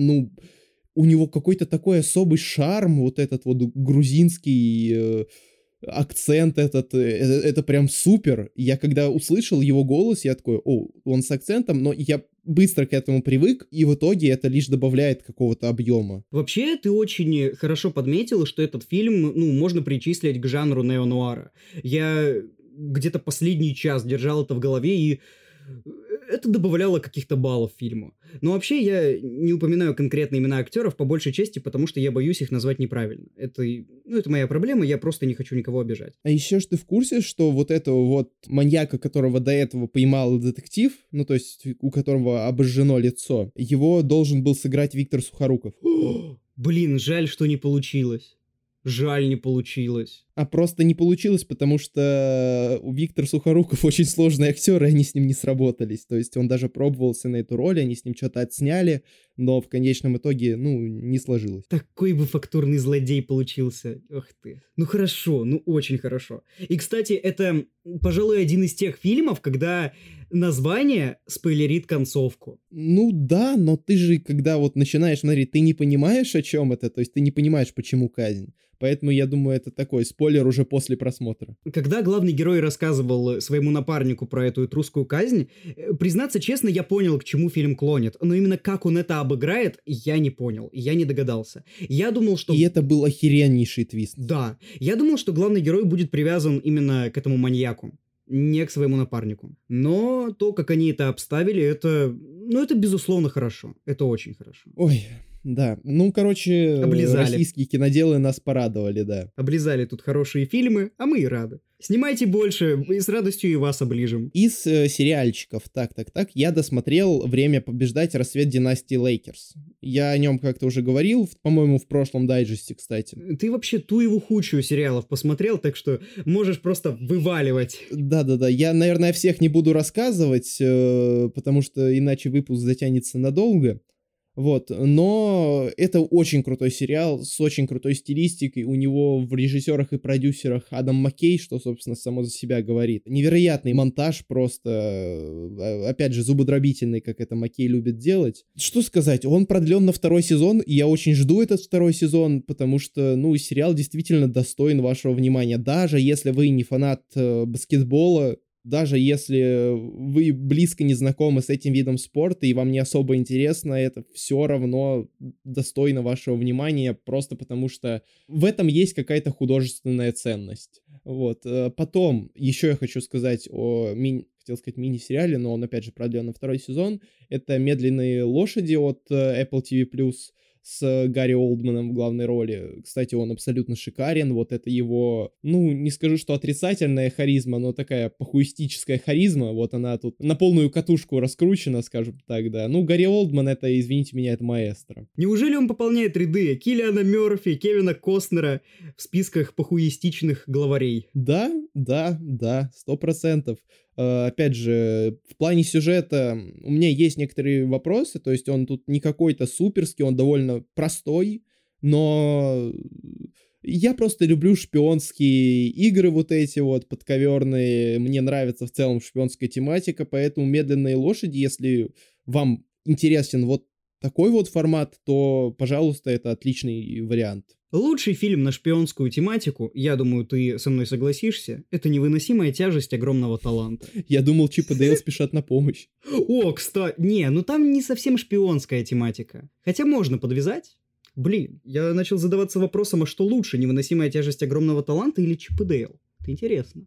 Speaker 2: у него какой-то такой особый шарм, вот этот вот грузинский акцент этот, это прям супер. Я когда услышал его голос, я такой, он с акцентом, но я быстро к этому привык, и в итоге это лишь добавляет какого-то объема.
Speaker 1: Вообще, ты очень хорошо подметил, что этот фильм, можно причислить к жанру неонуара. Я где-то последний час держал это в голове, и это добавляло каких-то баллов фильму. Но вообще я не упоминаю конкретные имена актеров по большей части, потому что я боюсь их назвать неправильно. Это моя проблема, я просто не хочу никого обижать.
Speaker 2: А еще ж ты в курсе, что вот этого вот маньяка, которого до этого поймал детектив, то есть у которого обожжено лицо, его должен был сыграть Виктор Сухоруков.
Speaker 1: Блин, жаль, что не получилось. Жаль, не получилось.
Speaker 2: А просто не получилось, потому что у Виктора Сухоруков очень сложный актер, и они с ним не сработались. То есть он даже пробовался на эту роль, они с ним что-то отсняли, но в конечном итоге, не сложилось.
Speaker 1: Такой бы фактурный злодей получился. Ох ты. Хорошо, очень хорошо. И, кстати, это, пожалуй, один из тех фильмов, когда название спойлерит концовку.
Speaker 2: Да, но ты же, когда вот начинаешь смотреть, ты не понимаешь, о чем это, то есть ты не понимаешь, почему казнь. Поэтому, я думаю, это такой спойлер уже после просмотра.
Speaker 1: Когда главный герой рассказывал своему напарнику про эту этрусскую казнь, признаться честно, я понял, к чему фильм клонит. Но именно как он это обыграет, я не понял. Я не догадался. Я думал, что...
Speaker 2: И это был охереннейший твист.
Speaker 1: Да. Я думал, что главный герой будет привязан именно к этому маньяку, не к своему напарнику. Но то, как они это обставили, это безусловно хорошо. Это очень хорошо.
Speaker 2: Ой... Да,
Speaker 1: Облизали.
Speaker 2: Российские киноделы нас порадовали, да.
Speaker 1: Облизали тут хорошие фильмы, а мы и рады. Снимайте больше, и с радостью и вас оближем.
Speaker 2: Из сериальчиков, так, я досмотрел «Время побеждать. Рассвет династии Лейкерс». Я о нем как-то уже говорил, по-моему, в прошлом дайджесте, кстати.
Speaker 1: Ты вообще ту его худшую сериалов посмотрел, так что можешь просто вываливать.
Speaker 2: Да, я, наверное, всех не буду рассказывать, потому что иначе выпуск затянется надолго. Но это очень крутой сериал с очень крутой стилистикой. У него в режиссерах и продюсерах Адам Маккей, что, собственно, само за себя говорит. Невероятный монтаж просто, опять же, зубодробительный, как это Маккей любит делать. Что сказать, он продлен на 2-й сезон, и я очень жду этот 2-й сезон, потому что, сериал действительно достоин вашего внимания. Даже если вы не фанат баскетбола, даже если вы близко не знакомы с этим видом спорта и вам не особо интересно, это все равно достойно вашего внимания, просто потому что в этом есть какая-то художественная ценность. Потом еще я хочу сказать о мини-сериале, но он опять же продлен на 2-й сезон. Это «Медленные лошади» от Apple TV+. с Гарри Олдманом в главной роли. Кстати, он абсолютно шикарен. Вот это его, ну, не скажу, что отрицательная харизма, но такая похуистическая харизма. Вот она тут на полную катушку раскручена, скажем так, да. Ну, Гарри Олдман, это, извините меня, это маэстро.
Speaker 1: Неужели он пополняет ряды Киллиана Мёрфи, Кевина Костнера в списках похуистичных главарей?
Speaker 2: Да, 100%. Опять же, в плане сюжета у меня есть некоторые вопросы, то есть он тут не какой-то суперский, он довольно простой, но я просто люблю шпионские игры вот эти вот подковерные, мне нравится в целом шпионская тематика, поэтому «Медленные лошади», если вам интересен вот такой вот формат, то, пожалуйста, это отличный вариант.
Speaker 1: Лучший фильм на шпионскую тематику, я думаю, ты со мной согласишься, это «Невыносимая тяжесть огромного таланта».
Speaker 2: Я думал, Чип и Дейл спешат на помощь.
Speaker 1: О, кстати, ну там не совсем шпионская тематика. Хотя можно подвязать. Блин, я начал задаваться вопросом, а что лучше, «Невыносимая тяжесть огромного таланта» или «Чип и Дейл»? Это интересно.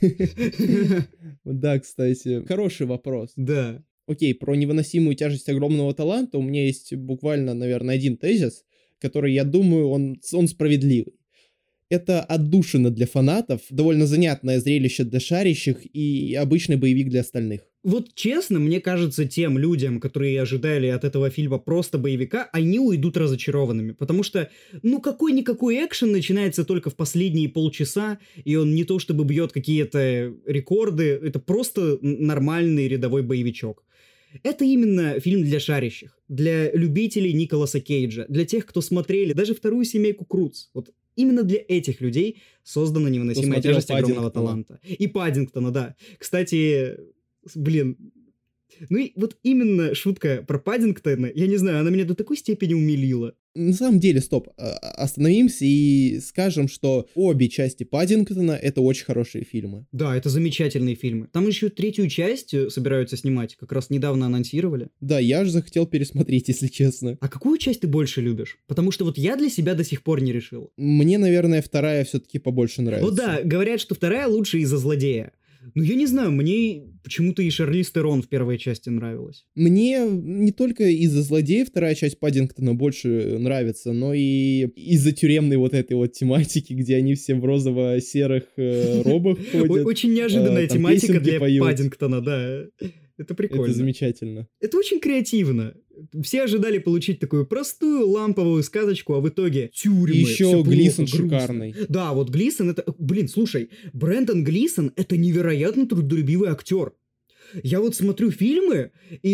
Speaker 2: Да, кстати, хороший вопрос.
Speaker 1: Да.
Speaker 2: Окей, про «Невыносимую тяжесть огромного таланта» у меня есть буквально, наверное, один тезис, который, я думаю, он справедливый. Это отдушина для фанатов, довольно занятное зрелище для шарящих и обычный боевик для остальных.
Speaker 1: Вот честно, мне кажется, тем людям, которые ожидали от этого фильма просто боевика, они уйдут разочарованными, потому что, ну, какой-никакой экшен начинается только в последние полчаса, и он не то чтобы бьет какие-то рекорды, это просто нормальный рядовой боевичок. Это именно фильм для шарящих, для любителей Николаса Кейджа, для тех, кто смотрели даже вторую «Семейку Крудс». Вот именно для этих людей создана «Невыносимая тяжесть огромного таланта». И Паддингтона, да. Кстати, блин, ну и вот именно шутка про Паддингтона, я не знаю, она меня до такой степени умилила.
Speaker 2: На самом деле, стоп, остановимся и скажем, что обе части Паддингтона — это очень хорошие фильмы.
Speaker 1: Да, это замечательные фильмы. Там еще третью часть собираются снимать, как раз недавно анонсировали.
Speaker 2: Да, я же захотел пересмотреть, если честно.
Speaker 1: А какую часть ты больше любишь? Потому что вот я для себя до сих пор не решил.
Speaker 2: Мне, наверное, вторая все-таки побольше нравится.
Speaker 1: Ну да, говорят, что вторая лучше из-за злодея. Ну, я не знаю, мне почему-то и Шарлиз Терон в первой части нравилась.
Speaker 2: Мне не только из-за злодея вторая часть Паддингтона больше нравится, но и из-за тюремной вот этой вот тематики, где они все в розово-серых робах ходят.
Speaker 1: Очень неожиданная тематика для Паддингтона, да. Это прикольно.
Speaker 2: Это замечательно.
Speaker 1: Это очень креативно. Все ожидали получить такую простую ламповую сказочку, а в итоге тюрьмы.
Speaker 2: И еще Глисон шикарный.
Speaker 1: Да, вот Глисон это... Блин, слушай, Брэндон Глисон это невероятно трудолюбивый актер. Я вот смотрю фильмы,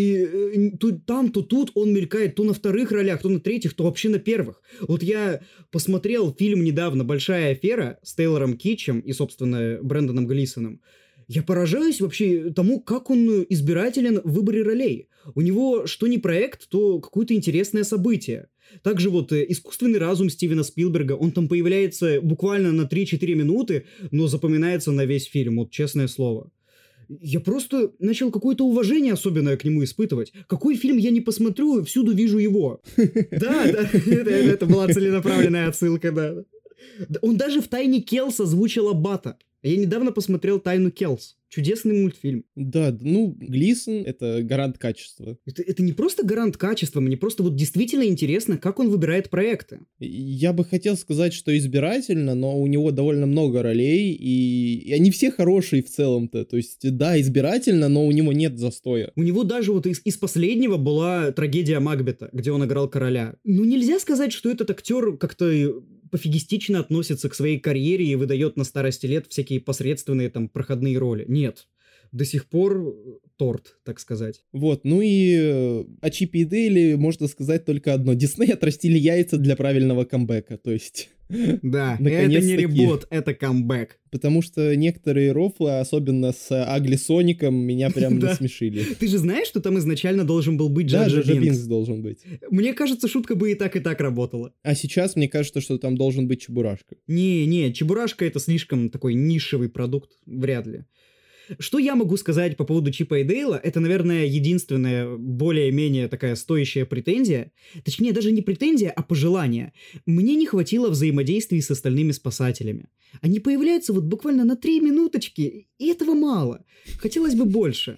Speaker 1: и там, то тут он мелькает то на вторых ролях, то на третьих, то вообще на первых. Вот я посмотрел фильм недавно «Большая афера» с Тейлором Китчем и, собственно, Брэндоном Глисоном. Я поражаюсь вообще тому, как он избирателен в выборе ролей. У него что ни проект, то какое-то интересное событие. Также вот «Искусственный разум» Стивена Спилберга, он там появляется буквально на 3-4 минуты, но запоминается на весь фильм, вот честное слово. Я просто начал какое-то уважение особенное к нему испытывать. Какой фильм я не посмотрю, всюду вижу его. Да, это была целенаправленная отсылка, да. Он даже в «Тайне Келс» озвучил Аббата. Я недавно посмотрел «Тайну Келс». Чудесный мультфильм.
Speaker 2: Да, ну, Глисон — это гарант качества.
Speaker 1: Это не просто гарант качества, мне просто вот действительно интересно, как он выбирает проекты.
Speaker 2: Я бы хотел сказать, что избирательно, но у него довольно много ролей, и они все хорошие в целом-то. То есть, да, избирательно, но у него нет застоя.
Speaker 1: У него даже вот из последнего была «Трагедия Макбета», где он играл короля. Ну, нельзя сказать, что этот актер как-то пофигистично относится к своей карьере и выдает на старости лет всякие посредственные там проходные роли. Нет. До сих пор торт, так сказать.
Speaker 2: Вот, ну и о Чипе и Дейле можно сказать только одно. Дисней отрастили яйца для правильного камбэка, то есть...
Speaker 1: Да, это не ребут, это камбэк.
Speaker 2: Потому что некоторые рофлы, особенно с Агли Соником, меня прям насмешили.
Speaker 1: Ты же знаешь, что там изначально должен был быть Джа Джа Бинкс?
Speaker 2: Должен быть.
Speaker 1: Мне кажется, шутка бы и так работала.
Speaker 2: А сейчас мне кажется, что там должен быть Чебурашка.
Speaker 1: Не, Чебурашка это слишком такой нишевый продукт, вряд ли. Что я могу сказать по поводу Чипа и Дейла? Это, наверное, единственная более-менее такая стоящая претензия. Точнее, даже не претензия, а пожелание. Мне не хватило взаимодействия с остальными спасателями. Они появляются вот буквально на 3 минуточки, и этого мало. Хотелось бы больше.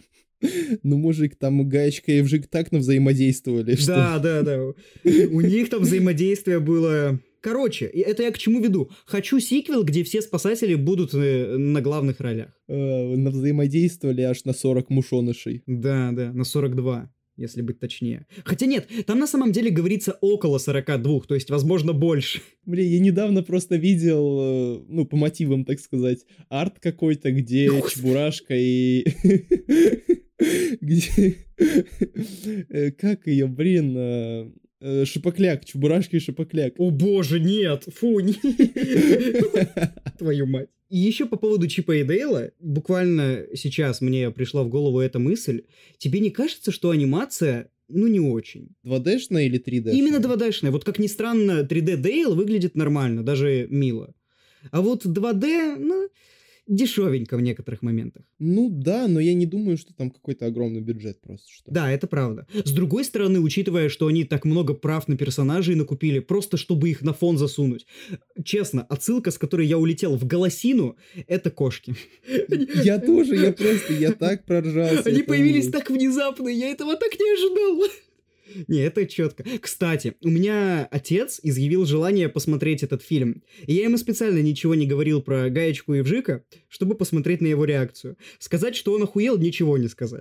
Speaker 2: Ну, мужик, там Гаечка и Вжик так взаимодействовали, что...
Speaker 1: Да. У них там взаимодействие было... Короче, это я к чему веду? Хочу сиквел, где все спасатели будут на главных ролях.
Speaker 2: Взаимодействовали аж на 40 мушонышей.
Speaker 1: Да, на 42, если быть точнее. Хотя нет, там на самом деле говорится около 42, то есть, возможно, больше.
Speaker 2: Блин, я недавно просто видел, ну, по мотивам, так сказать, арт какой-то, где Чебурашка и... Где... Как ее, блин... Шипокляк, Чебурашка и Шипокляк.
Speaker 1: О боже, нет, фу, нет. Твою мать. И еще по поводу Чипа и Дейла, буквально сейчас мне пришла в голову эта мысль. Тебе не кажется, что анимация, ну, не очень?
Speaker 2: 2D-шная или 3D-шная?
Speaker 1: Именно 2D-шная. Вот как ни странно, 3D Дейл выглядит нормально, даже мило. А вот 2D, ну... дешевенько в некоторых моментах.
Speaker 2: Ну да, но я не думаю, что там какой-то огромный бюджет просто. Что.
Speaker 1: Да, это правда. С другой стороны, учитывая, что они так много прав на персонажей накупили, просто чтобы их на фон засунуть. Честно, отсылка, с которой я улетел в голосину, это кошки.
Speaker 2: Я тоже, я так проржался.
Speaker 1: Они появились так внезапно, я этого так не ожидал. Не, это четко. Кстати, у меня отец изъявил желание посмотреть этот фильм. И я ему специально ничего не говорил про Гаечку и Вжика, чтобы посмотреть на его реакцию. Сказать, что он охуел, ничего не сказать.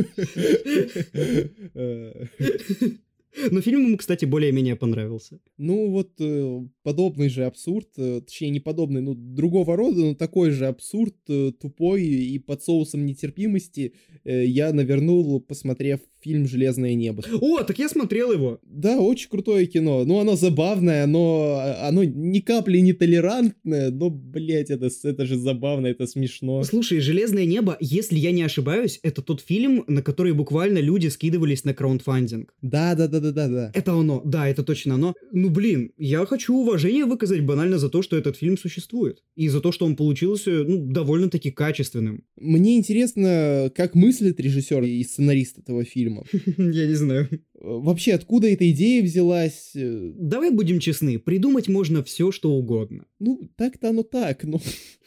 Speaker 1: Но фильм ему, кстати, более-менее понравился.
Speaker 2: Ну вот подобный же абсурд, точнее не подобный, но другого рода, но такой же абсурд, тупой и под соусом нетерпимости я навернул, посмотрев фильм «Железное небо».
Speaker 1: О, так я смотрел его.
Speaker 2: Да, очень крутое кино. Ну, оно забавное, оно ни капли не толерантное, но, блять, это же забавно, это смешно.
Speaker 1: Слушай, «Железное небо», если я не ошибаюсь, это тот фильм, на который буквально люди скидывались на краундфандинг.
Speaker 2: Да.
Speaker 1: Это оно, да, это точно оно. Ну, блин, я хочу уважение выказать банально за то, что этот фильм существует. И за то, что он получился, ну, довольно-таки качественным.
Speaker 2: Мне интересно, как мыслит режиссер и сценарист этого фильма.
Speaker 1: Я не знаю.
Speaker 2: Вообще, откуда эта идея взялась?
Speaker 1: Давай будем честны, придумать можно все, что угодно.
Speaker 2: Ну, так-то оно так, но...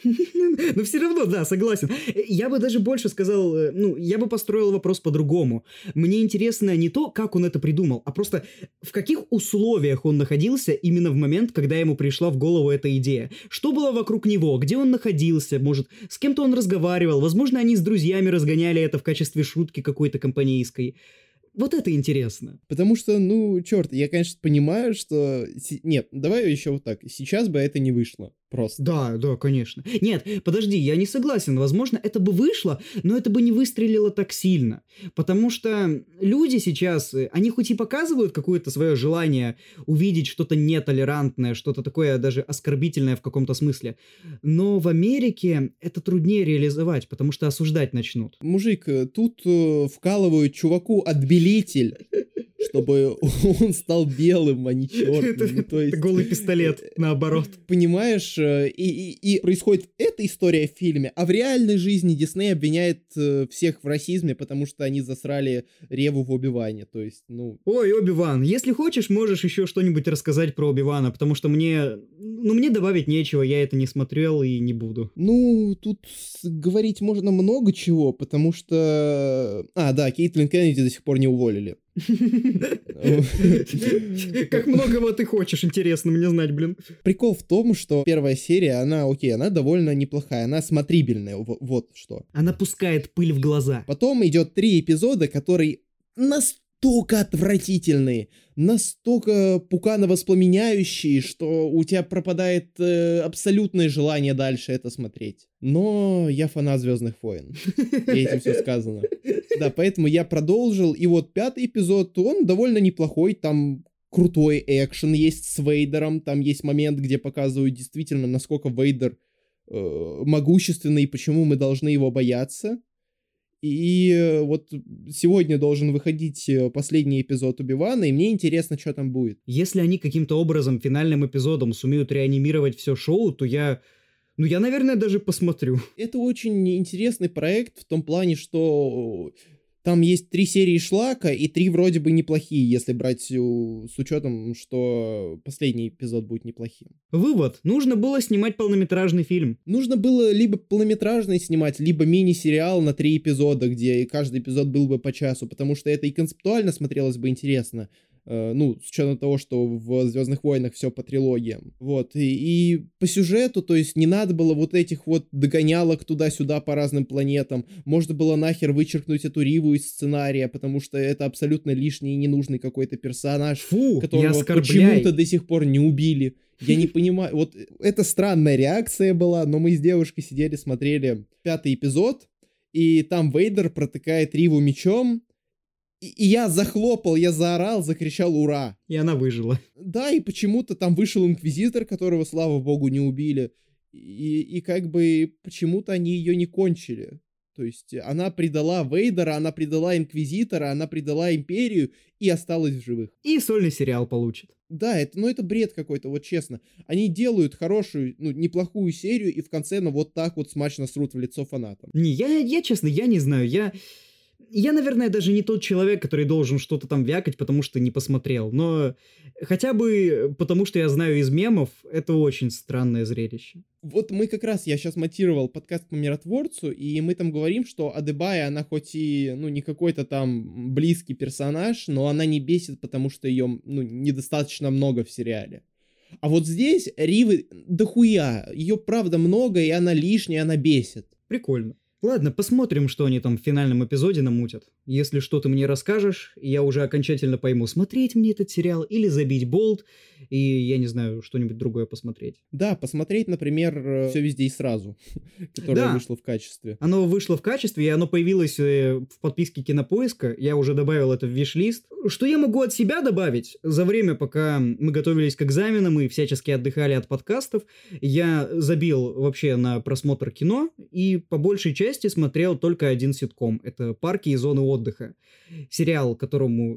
Speaker 1: Но все равно, да, согласен. Я бы даже больше сказал, ну, я бы построил вопрос по-другому. Мне интересно не то, как он это придумал, а просто в каких условиях он находился именно в момент, когда ему пришла в голову эта идея. Что было вокруг него, где он находился, может, с кем-то он разговаривал, возможно, они с друзьями разгоняли это в качестве шутки какой-то компанейской. Вот это интересно.
Speaker 2: Потому что, ну, черт, я, конечно, понимаю, что... Нет, давай еще вот так. Сейчас бы это не вышло. Просто.
Speaker 1: Да, конечно. Нет, подожди, я не согласен. Возможно, это бы вышло, но это бы не выстрелило так сильно. Потому что люди сейчас, они хоть и показывают какое-то свое желание увидеть что-то нетолерантное, что-то такое даже оскорбительное в каком-то смысле. Но в Америке это труднее реализовать, потому что осуждать начнут.
Speaker 2: Мужик, тут вкалывают чуваку отбелитель, чтобы он стал белым, а не черным.
Speaker 1: Это голый пистолет, наоборот.
Speaker 2: Понимаешь, и происходит эта история в фильме, а в реальной жизни Дисней обвиняет всех в расизме, потому что они засрали Реву в Оби-Ване, то есть, ну...
Speaker 1: Ой, Оби-Ван, если хочешь, можешь еще что-нибудь рассказать про Оби-Вана, потому что мне добавить нечего, я это не смотрел и не буду.
Speaker 2: Ну, тут говорить можно много чего, потому что... да, Кейтлин Кеннеди до сих пор не уволили.
Speaker 1: Как многого ты хочешь, интересно мне знать, блин.
Speaker 2: Прикол в том, что первая серия, она довольно неплохая, она смотрибельная, вот что.
Speaker 1: Она пускает пыль в глаза.
Speaker 2: Потом идет 3 эпизода, которые настолько отвратительные, настолько пукано-воспламеняющие, что у тебя пропадает абсолютное желание дальше это смотреть. Но я фанат «Звездных войн», и этим все сказано. Да, поэтому я продолжил, и вот 5-й эпизод, он довольно неплохой, там крутой экшен есть с Вейдером, там есть момент, где показывают действительно, насколько Вейдер могущественный, и почему мы должны его бояться. И вот сегодня должен выходить последний эпизод Оби-Вана, и мне интересно, что там будет.
Speaker 1: Если они каким-то образом финальным эпизодом сумеют реанимировать все шоу, то я, наверное, даже посмотрю.
Speaker 2: Это очень интересный проект в том плане, что Там есть 3 серии шлака, и 3 вроде бы неплохие, если брать с учетом, что последний эпизод будет неплохим.
Speaker 1: Вывод. Нужно было снимать полнометражный фильм.
Speaker 2: Нужно было либо полнометражный снимать, либо мини-сериал на 3 эпизода, где каждый эпизод был бы по часу, потому что это и концептуально смотрелось бы интересно. Ну, с учетом того, что в «Звездных войнах» все по трилогиям. Вот, и по сюжету, то есть не надо было вот этих вот догонялок туда-сюда по разным планетам. Можно было нахер вычеркнуть эту Риву из сценария, потому что это абсолютно лишний и ненужный какой-то персонаж, которого почему-то до сих пор не убили. Я не понимаю, вот это странная реакция была, но мы с девушкой сидели, смотрели 5-й эпизод, и там Вейдер протыкает Риву мечом, и я захлопал, я заорал, закричал «Ура!».
Speaker 1: И она выжила.
Speaker 2: Да, и почему-то там вышел Инквизитор, которого, слава богу, не убили. И как бы почему-то они ее не кончили. То есть она предала Вейдера, она предала Инквизитора, она предала Империю и осталась в живых.
Speaker 1: И сольный сериал получит.
Speaker 2: Да, это бред какой-то, вот честно. Они делают хорошую, неплохую серию, и в конце, вот так вот смачно срут в лицо фанатам.
Speaker 1: Не, я честно, я не знаю, Я, наверное, даже не тот человек, который должен что-то там вякать, потому что не посмотрел. Но хотя бы потому, что я знаю из мемов, это очень странное зрелище.
Speaker 2: Вот мы как раз, я сейчас монтировал подкаст по Миротворцу, и мы там говорим, что Адебая, она хоть и, не какой-то там близкий персонаж, но она не бесит, потому что ее, недостаточно много в сериале. А вот здесь Ривы дохуя, ее правда много, и она лишняя, она бесит.
Speaker 1: Прикольно. Ладно, посмотрим, что они там в финальном эпизоде намутят. Если что ты мне расскажешь, я уже окончательно пойму, смотреть мне этот сериал или забить болт, и, я не знаю, что-нибудь другое посмотреть.
Speaker 2: Да, посмотреть, например, «Все везде и сразу», которое вышло в качестве.
Speaker 1: Оно вышло в качестве, и оно появилось в подписке Кинопоиска, я уже добавил это в виш-лист. Что я могу от себя добавить? За время, пока мы готовились к экзаменам и всячески отдыхали от подкастов, я забил вообще на просмотр кино, и по большей части смотрел только один ситком. Это «Парки и зоны отдыха». Сериал, которому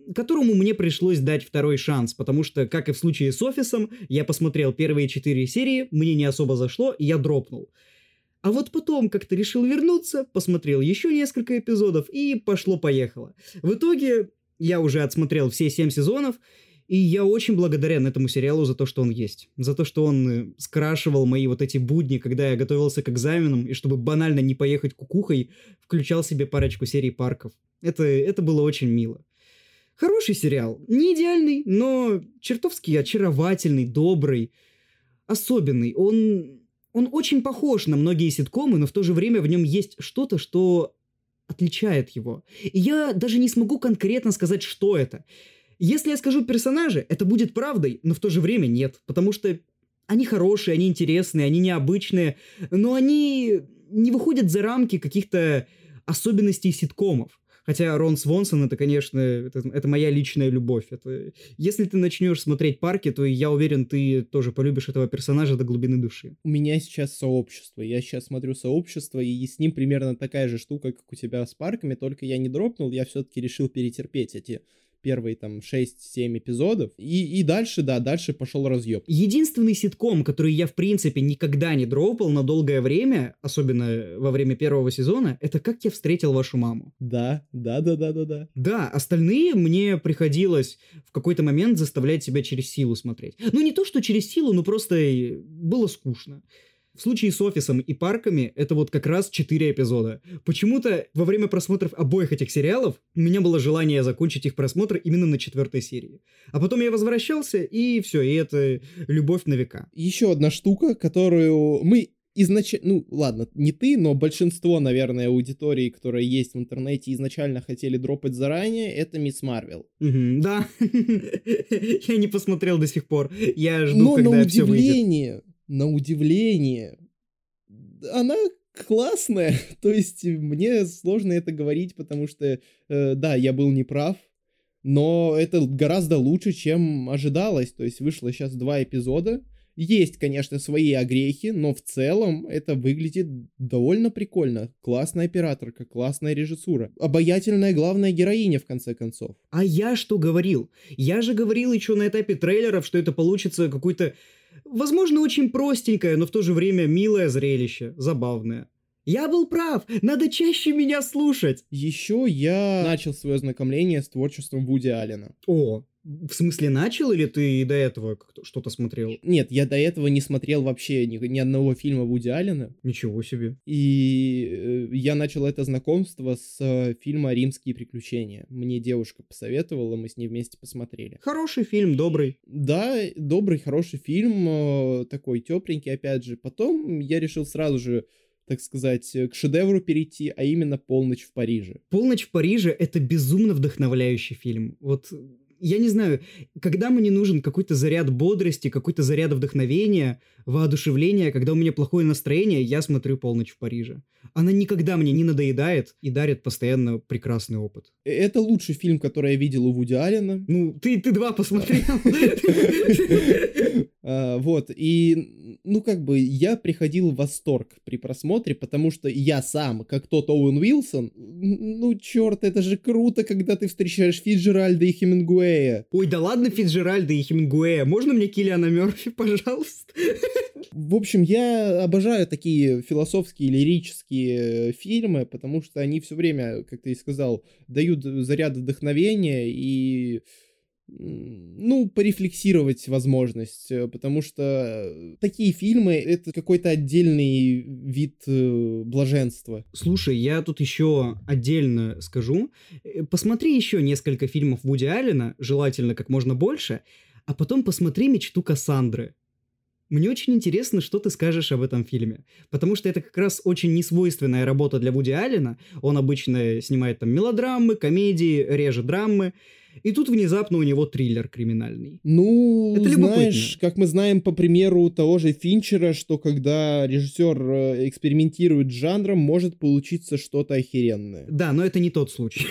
Speaker 1: мне пришлось дать второй шанс, потому что, как и в случае с «Офисом», я посмотрел первые 4 серии, мне не особо зашло, и я дропнул. А вот потом как-то решил вернуться, посмотрел еще несколько эпизодов, и пошло-поехало. В итоге я уже отсмотрел все 7 сезонов, и я очень благодарен этому сериалу за то, что он есть. За то, что он скрашивал мои вот эти будни, когда я готовился к экзаменам, и чтобы банально не поехать кукухой, включал себе парочку серий «Парков». Это было очень мило. Хороший сериал. Не идеальный, но чертовски очаровательный, добрый, особенный. Он очень похож на многие ситкомы, но в то же время в нем есть что-то, что отличает его. И я даже не смогу конкретно сказать, что это. Если я скажу персонажи, это будет правдой, но в то же время нет, потому что они хорошие, они интересные, они необычные, но они не выходят за рамки каких-то особенностей ситкомов. Хотя Рон Свонсон, это, конечно, это моя личная любовь. Если ты начнешь смотреть «Парки», то я уверен, ты тоже полюбишь этого персонажа до глубины души.
Speaker 2: У меня сейчас «Сообщество». Я сейчас смотрю «Сообщество», и с ним примерно такая же штука, как у тебя с «Парками», только я не дропнул, я все-таки решил перетерпеть эти первые там 6-7 эпизодов, и дальше пошел разъеб.
Speaker 1: Единственный ситком, который я в принципе никогда не дропал на долгое время, особенно во время первого сезона, это «Как я встретил вашу маму».
Speaker 2: Да.
Speaker 1: Да, остальные мне приходилось в какой-то момент заставлять себя через силу смотреть. Не то, что через силу, но просто было скучно. В случае с «Офисом» и «Парками» это вот как раз 4 эпизода. Почему-то во время просмотров обоих этих сериалов у меня было желание закончить их просмотр именно на 4 серии. А потом я возвращался, и все, и это любовь на века.
Speaker 2: Еще одна штука, которую мы изначально... ладно, не ты, но большинство, наверное, аудитории, которая есть в интернете, изначально хотели дропать заранее, это «Мисс Марвел».
Speaker 1: Да. Я не посмотрел до сих пор. Я жду, когда все выйдет.
Speaker 2: На удивление, она классная, то есть мне сложно это говорить, потому что, да, я был неправ, но это гораздо лучше, чем ожидалось, то есть вышло сейчас 2 эпизода, есть, конечно, свои огрехи, но в целом это выглядит довольно прикольно, классная операторка, классная режиссура, обаятельная главная героиня, в конце концов.
Speaker 1: А я что говорил? Я же говорил еще на этапе трейлеров, что это получится какой-то... Возможно, очень простенькое, но в то же время милое зрелище, забавное. Я был прав, надо чаще меня слушать.
Speaker 2: Еще я начал свое знакомление с творчеством Вуди Аллена.
Speaker 1: О, в смысле начал или ты до этого что-то смотрел?
Speaker 2: Нет, я до этого не смотрел вообще ни одного фильма Вуди Аллена.
Speaker 1: Ничего себе.
Speaker 2: И я начал это знакомство с фильма «Римские приключения». Мне девушка посоветовала, мы с ней вместе посмотрели.
Speaker 1: Хороший фильм, добрый.
Speaker 2: Да, добрый, хороший фильм, такой тепленький, опять же. Потом я решил сразу же, так сказать, к шедевру перейти, а именно «Полночь в Париже».
Speaker 1: «Полночь в Париже» — это безумно вдохновляющий фильм. Вот, я не знаю, когда мне нужен какой-то заряд бодрости, какой-то заряд вдохновения, воодушевления, когда у меня плохое настроение, я смотрю «Полночь в Париже». Она никогда мне не надоедает и дарит постоянно прекрасный опыт.
Speaker 2: Это лучший фильм, который я видел у Вуди Аллена.
Speaker 1: Ну, ты 2 посмотрел.
Speaker 2: Вот, и, ну, как бы, я приходил в восторг при просмотре, потому что я сам, как тот Оуэн Уилсон, ну, черт, это же круто, когда ты встречаешь Фицджеральда и Хемингуэя.
Speaker 1: Ой, да ладно Фицджеральда и Хемингуэя, можно мне Киллиана Мёрфи, пожалуйста?
Speaker 2: В общем, я обожаю такие философские, лирические фильмы, потому что они все время, как ты и сказал, дают заряд вдохновения и, ну, порефлексировать возможность, потому что такие фильмы — это какой-то отдельный вид блаженства.
Speaker 1: Слушай, я тут еще отдельно скажу. Посмотри еще несколько фильмов Вуди Аллена, желательно как можно больше, а потом посмотри «Мечту Кассандры». Мне очень интересно, что ты скажешь об этом фильме, потому что это как раз очень несвойственная работа для Вуди Аллена. Он обычно снимает там мелодрамы, комедии, реже драмы, и тут внезапно у него триллер криминальный.
Speaker 2: Ну,
Speaker 1: это
Speaker 2: знаешь, как мы знаем по примеру того же Финчера, что когда режиссер экспериментирует с жанром, может получиться что-то охеренное.
Speaker 1: Да, но это не тот случай.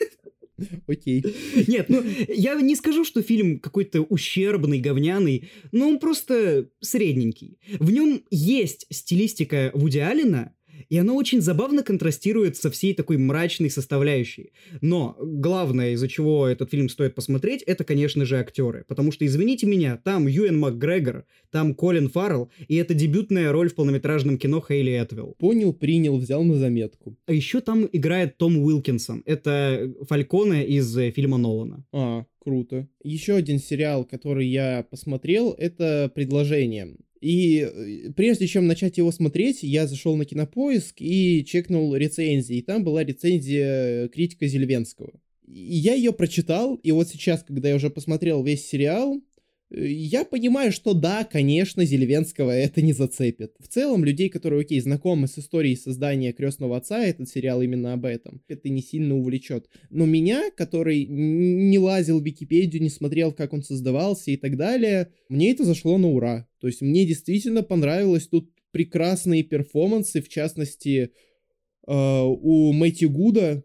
Speaker 2: Окей.
Speaker 1: Нет, ну, я не скажу, что фильм какой-то ущербный, говняный, но он просто средненький. В нем есть стилистика Вуди Аллена, и она очень забавно контрастирует со всей такой мрачной составляющей. Но главное, из-за чего этот фильм стоит посмотреть, это, конечно же, актеры. Потому что, извините меня, там Юэн Макгрегор, там Колин Фаррелл, и это дебютная роль в полнометражном кино Хейли Этвилл.
Speaker 2: Понял, принял, взял на заметку.
Speaker 1: А еще там играет Том Уилкинсон. Это Фальконе из фильма Нолана.
Speaker 2: Круто. Еще один сериал, который я посмотрел, это «Предложение». И прежде чем начать его смотреть, я зашел на Кинопоиск и чекнул рецензии. И там была рецензия критика Зельвенского. И я ее прочитал, и вот сейчас, когда я уже посмотрел весь сериал, я понимаю, что да, конечно, Зельвенского это не зацепит. В целом, людей, которые, окей, знакомы с историей создания «Крестного отца», этот сериал именно об этом, это не сильно увлечет. Но меня, который не лазил в Википедию, не смотрел, как он создавался и так далее, мне это зашло на ура. То есть мне действительно понравилось, тут прекрасные перформансы, в частности, у Мэтью Гуда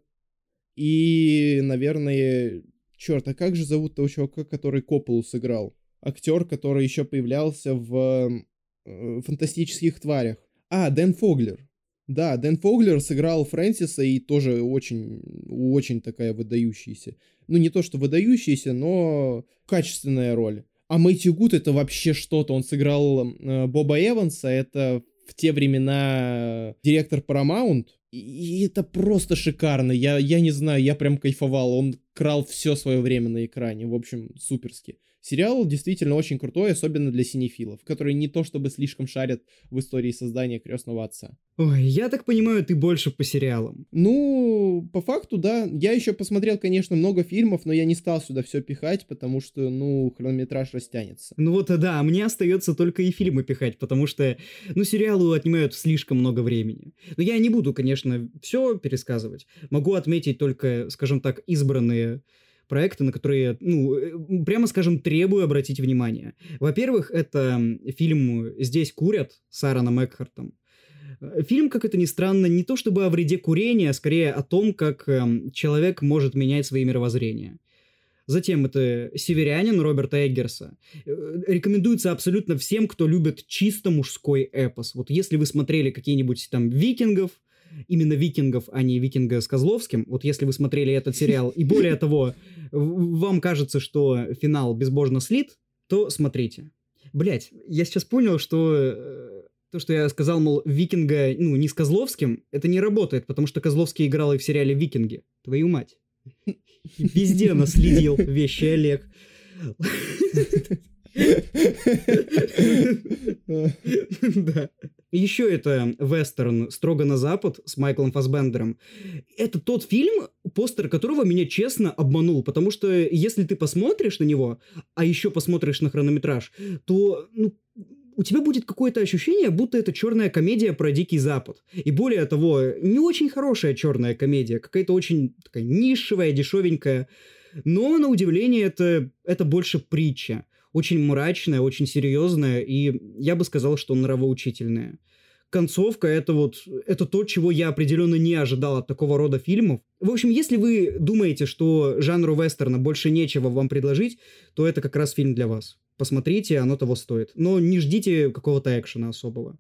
Speaker 2: и, наверное, черт, а как же зовут того чувака, который Копполу сыграл? Актер, который еще появлялся в «Фантастических тварях». Дэн Фоглер. Да, Дэн Фоглер сыграл Фрэнсиса, и тоже очень такая выдающаяся. Ну, не то, что выдающаяся, но качественная роль. А Мэтью Гуд — это вообще что-то. Он сыграл Боба Эванса, это в те времена директор Paramount. И это просто шикарно. Я не знаю, я прям кайфовал. Он крал все свое время на экране. В общем, суперски. Сериал действительно очень крутой, особенно для синефилов, которые не то чтобы слишком шарят в истории создания «Крестного отца».
Speaker 1: Ой, я так понимаю, ты больше по сериалам.
Speaker 2: Ну, по факту, да. Я еще посмотрел, конечно, много фильмов, но я не стал сюда все пихать, потому что, ну, хронометраж растянется.
Speaker 1: Ну вот, да, мне остается только и фильмы пихать, потому что, ну, сериалы отнимают слишком много времени. Но я не буду, конечно, все пересказывать. Могу отметить только, скажем так, избранные проекты, на которые, ну, прямо скажем, требую обратить внимание. Во-первых, это фильм «Здесь курят» с Аароном Экхартом. Фильм, как это ни странно, не то чтобы о вреде курения, а скорее о том, как человек может менять свои мировоззрения. Затем это «Северянин» Роберта Эггерса. Рекомендуется абсолютно всем, кто любит чисто мужской эпос. Вот если вы смотрели какие-нибудь там «Викингов», именно «Викингов», а не «Викинга» с Козловским, вот если вы смотрели этот сериал, и более того, вам кажется, что финал безбожно слит, то смотрите. Блять, я сейчас понял, что То, что я сказал, мол, Викинга, ну, не с Козловским, это не работает, потому что Козловский играл и в сериале «Викинги». Твою мать. Везде наследил вещи Олег. Да. Еще это вестерн «Строго на запад» с Майклом Фассбендером. Это тот фильм, постер которого меня честно обманул, потому что если ты посмотришь на него, а еще посмотришь на хронометраж, то у тебя будет какое-то ощущение, будто это черная комедия про Дикий Запад. И более того, не очень хорошая черная комедия, какая-то очень такая нишевая, дешевенькая. Но, на удивление, это больше притча. Очень мрачная, очень серьезная, и я бы сказал, что нравоучительная. Концовка это то, чего я определенно не ожидал от такого рода фильмов. В общем, если вы думаете, что жанру вестерна больше нечего вам предложить, то это как раз фильм для вас. Посмотрите, оно того стоит. Но не ждите какого-то экшена особого.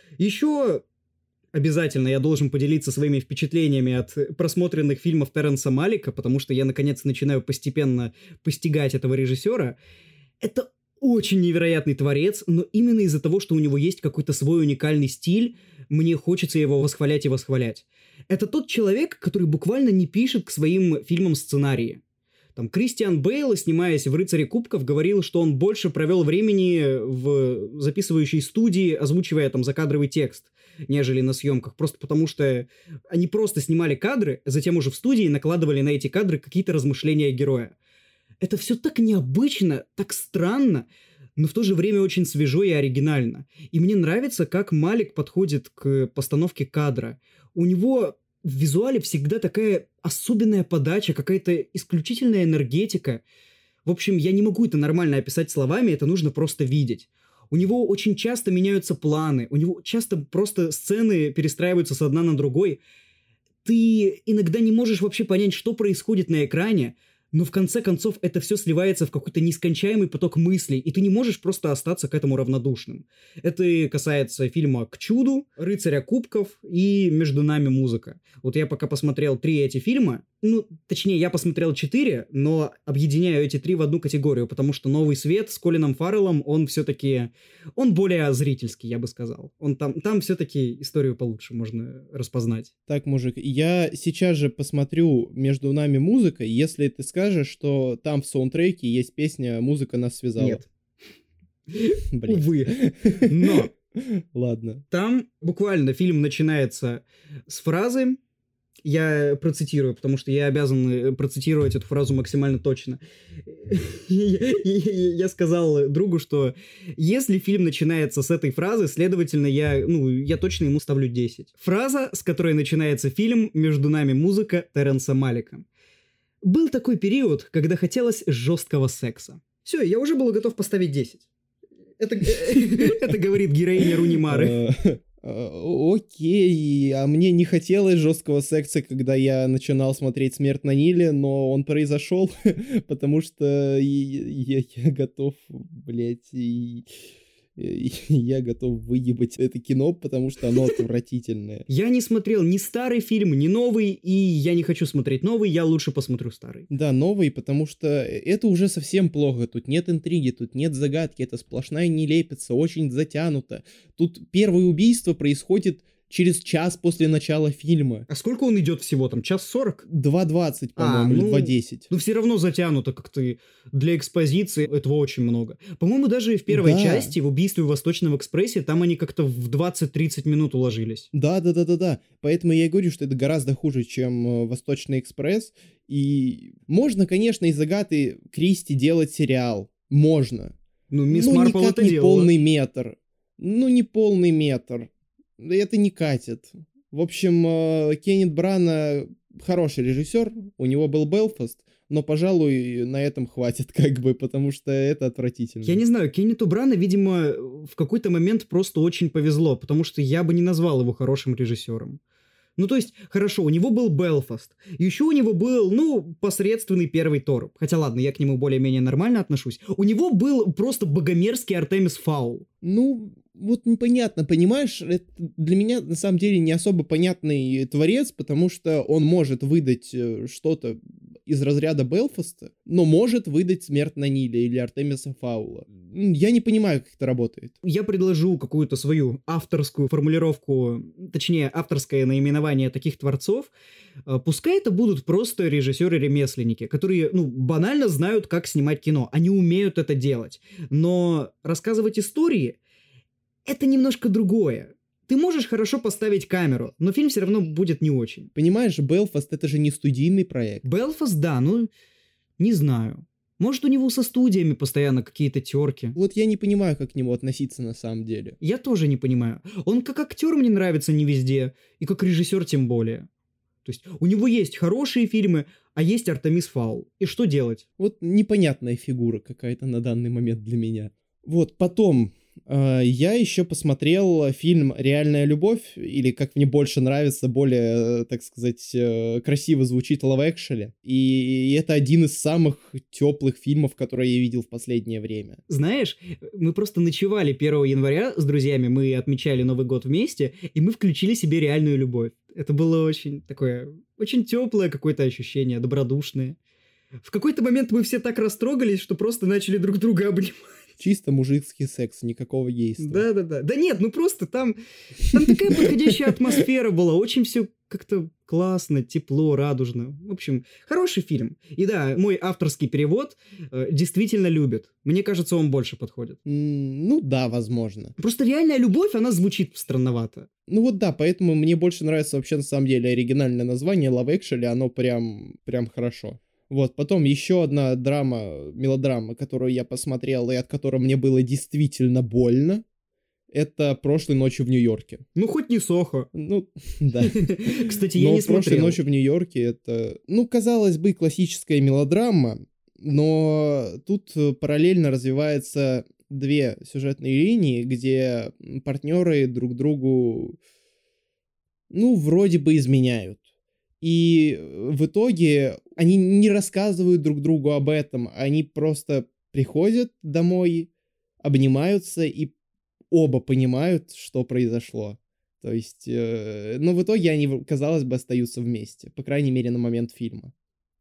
Speaker 1: Еще обязательно я должен поделиться своими впечатлениями от просмотренных фильмов Терренса Малика, потому что я, наконец, начинаю постепенно постигать этого режиссера. Это очень невероятный творец, но именно из-за того, что у него есть какой-то свой уникальный стиль, мне хочется его восхвалять и восхвалять. Это тот человек, который буквально не пишет к своим фильмам сценарии. Там Кристиан Бейл, снимаясь в «Рыцаре кубков», говорил, что он больше провел времени в записывающей студии, озвучивая там закадровый текст, нежели на съемках, просто потому что они просто снимали кадры, а затем уже в студии накладывали на эти кадры какие-то размышления героя. Это все так необычно, так странно, но в то же время очень свежо и оригинально. И мне нравится, как Малик подходит к постановке кадра. У него в визуале всегда такая особенная подача, какая-то исключительная энергетика. В общем, я не могу это нормально описать словами, это нужно просто видеть. У него очень часто меняются планы, у него часто просто сцены перестраиваются с одна на другой. Ты иногда не можешь вообще понять, что происходит на экране, но в конце концов это все сливается в какой-то нескончаемый поток мыслей, и ты не можешь просто остаться к этому равнодушным. Это касается фильма «К чуду», «Рыцаря кубков» и «Между нами музыка». Вот я пока посмотрел 3 эти фильма, точнее, я посмотрел 4, но объединяю эти 3 в одну категорию, потому что «Новый свет» с Колином Фарреллом, он более зрительский, я бы сказал. Там все-таки историю получше можно распознать.
Speaker 2: Так, мужик, я сейчас же посмотрю «Между нами музыка», если ты скажешь, что там в саундтреке есть песня «Музыка нас связала».
Speaker 1: Нет.
Speaker 2: Блин.
Speaker 1: Увы. Но
Speaker 2: ладно.
Speaker 1: Там буквально фильм начинается с фразы, я процитирую, потому что я обязан процитировать эту фразу максимально точно. Я сказал другу, что если фильм начинается с этой фразы, следовательно, я точно ему ставлю 10. Фраза, с которой начинается фильм «Между нами музыка» Терренса Малика. Был такой период, когда хотелось жесткого секса. Все, я уже был готов поставить 10. Это говорит героиня Руни Мары.
Speaker 2: Окей, а мне не хотелось жесткого секса, когда я начинал смотреть «Смерть на Ниле», но он произошел, потому что я готов, блять, я готов выебать это кино, потому что оно отвратительное.
Speaker 1: Я не смотрел ни старый фильм, ни новый, и я не хочу смотреть новый, я лучше посмотрю старый.
Speaker 2: Да, новый, потому что это уже совсем плохо. Тут нет интриги, тут нет загадки, это сплошная нелепица, очень затянуто. Тут первое убийство происходит через час после начала фильма.
Speaker 1: А сколько он идет всего там? 1:40?
Speaker 2: 2:20, по-моему, или 2:10.
Speaker 1: Ну, все равно затянуто как-то. Для экспозиции этого очень много. По-моему, даже в первой части, в «Убийстве в Восточном экспрессе», там они как-то в 20-30 минут уложились.
Speaker 2: Да. Поэтому я и говорю, что это гораздо хуже, чем «Восточный экспресс». И можно, конечно, из Агаты Кристи делать сериал. Можно.
Speaker 1: Ну, Мисс Марпл это делала.
Speaker 2: Не полный метр. Это не катит. В общем, Кеннет Брана хороший режиссер, у него был «Белфаст», но, пожалуй, на этом хватит, потому что это отвратительно.
Speaker 1: Я не знаю, Кеннету Брана, видимо, в какой-то момент просто очень повезло, потому что я бы не назвал его хорошим режиссером. Ну, то есть, хорошо, у него был «Белфаст», еще у него был, посредственный первый Тор. Хотя, ладно, я к нему более-менее нормально отношусь. У него был просто богомерзкий Артемис Фаул.
Speaker 2: Вот непонятно, понимаешь, это для меня на самом деле не особо понятный творец, потому что он может выдать что-то из разряда Белфаста, но может выдать «Смерть на Ниле» или Артемиса Фаула. Я не понимаю, как это работает.
Speaker 1: Я предложу какую-то свою авторскую формулировку, точнее, авторское наименование таких творцов. Пускай это будут просто режиссеры-ремесленники, которые, банально знают, как снимать кино. Они умеют это делать. Но рассказывать истории — это немножко другое. Ты можешь хорошо поставить камеру, но фильм все равно будет не очень.
Speaker 2: Понимаешь, Белфаст — это же не студийный проект.
Speaker 1: Белфаст, да, не знаю. Может, у него со студиями постоянно какие-то терки.
Speaker 2: Вот я не понимаю, как к нему относиться на самом деле.
Speaker 1: Я тоже не понимаю. Он как актер мне нравится не везде, и как режиссер тем более. То есть у него есть хорошие фильмы, а есть Артемис Фаул. И что делать?
Speaker 2: Вот непонятная фигура какая-то на данный момент для меня. Вот, потом... Я еще посмотрел фильм «Реальная любовь», или, как мне больше нравится, более, так сказать, красиво звучит, «Love Actually». И это один из самых теплых фильмов, которые я видел в последнее время.
Speaker 1: Знаешь, мы просто ночевали 1 января с друзьями, мы отмечали Новый год вместе, и мы включили себе «Реальную любовь». Это было очень такое, очень теплое какое-то ощущение, добродушное. В какой-то момент мы все так растрогались, что просто начали друг друга обнимать.
Speaker 2: Чисто мужицкий секс, никакого гейства.
Speaker 1: Да-да-да. Да нет, просто там такая подходящая атмосфера была, очень все как-то классно, тепло, радужно. В общем, хороший фильм. И да, мой авторский перевод действительно любят. Мне кажется, он больше подходит.
Speaker 2: Ну да, возможно.
Speaker 1: Просто «Реальная любовь», она звучит странновато.
Speaker 2: Ну вот да, поэтому мне больше нравится вообще на самом деле оригинальное название «Love Actually», оно прям хорошо. Вот, потом еще одна мелодрама, которую я посмотрел, и от которой мне было действительно больно, это «Прошлой ночью в Нью-Йорке».
Speaker 1: Хоть не Сохо.
Speaker 2: Да.
Speaker 1: Кстати, я не смотрел.
Speaker 2: «Прошлой ночью в Нью-Йорке» — это, казалось бы, классическая мелодрама, но тут параллельно развиваются две сюжетные линии, где партнеры друг другу, вроде бы изменяют. И в итоге они не рассказывают друг другу об этом, они просто приходят домой, обнимаются и оба понимают, что произошло. То есть, в итоге они, казалось бы, остаются вместе, по крайней мере, на момент фильма.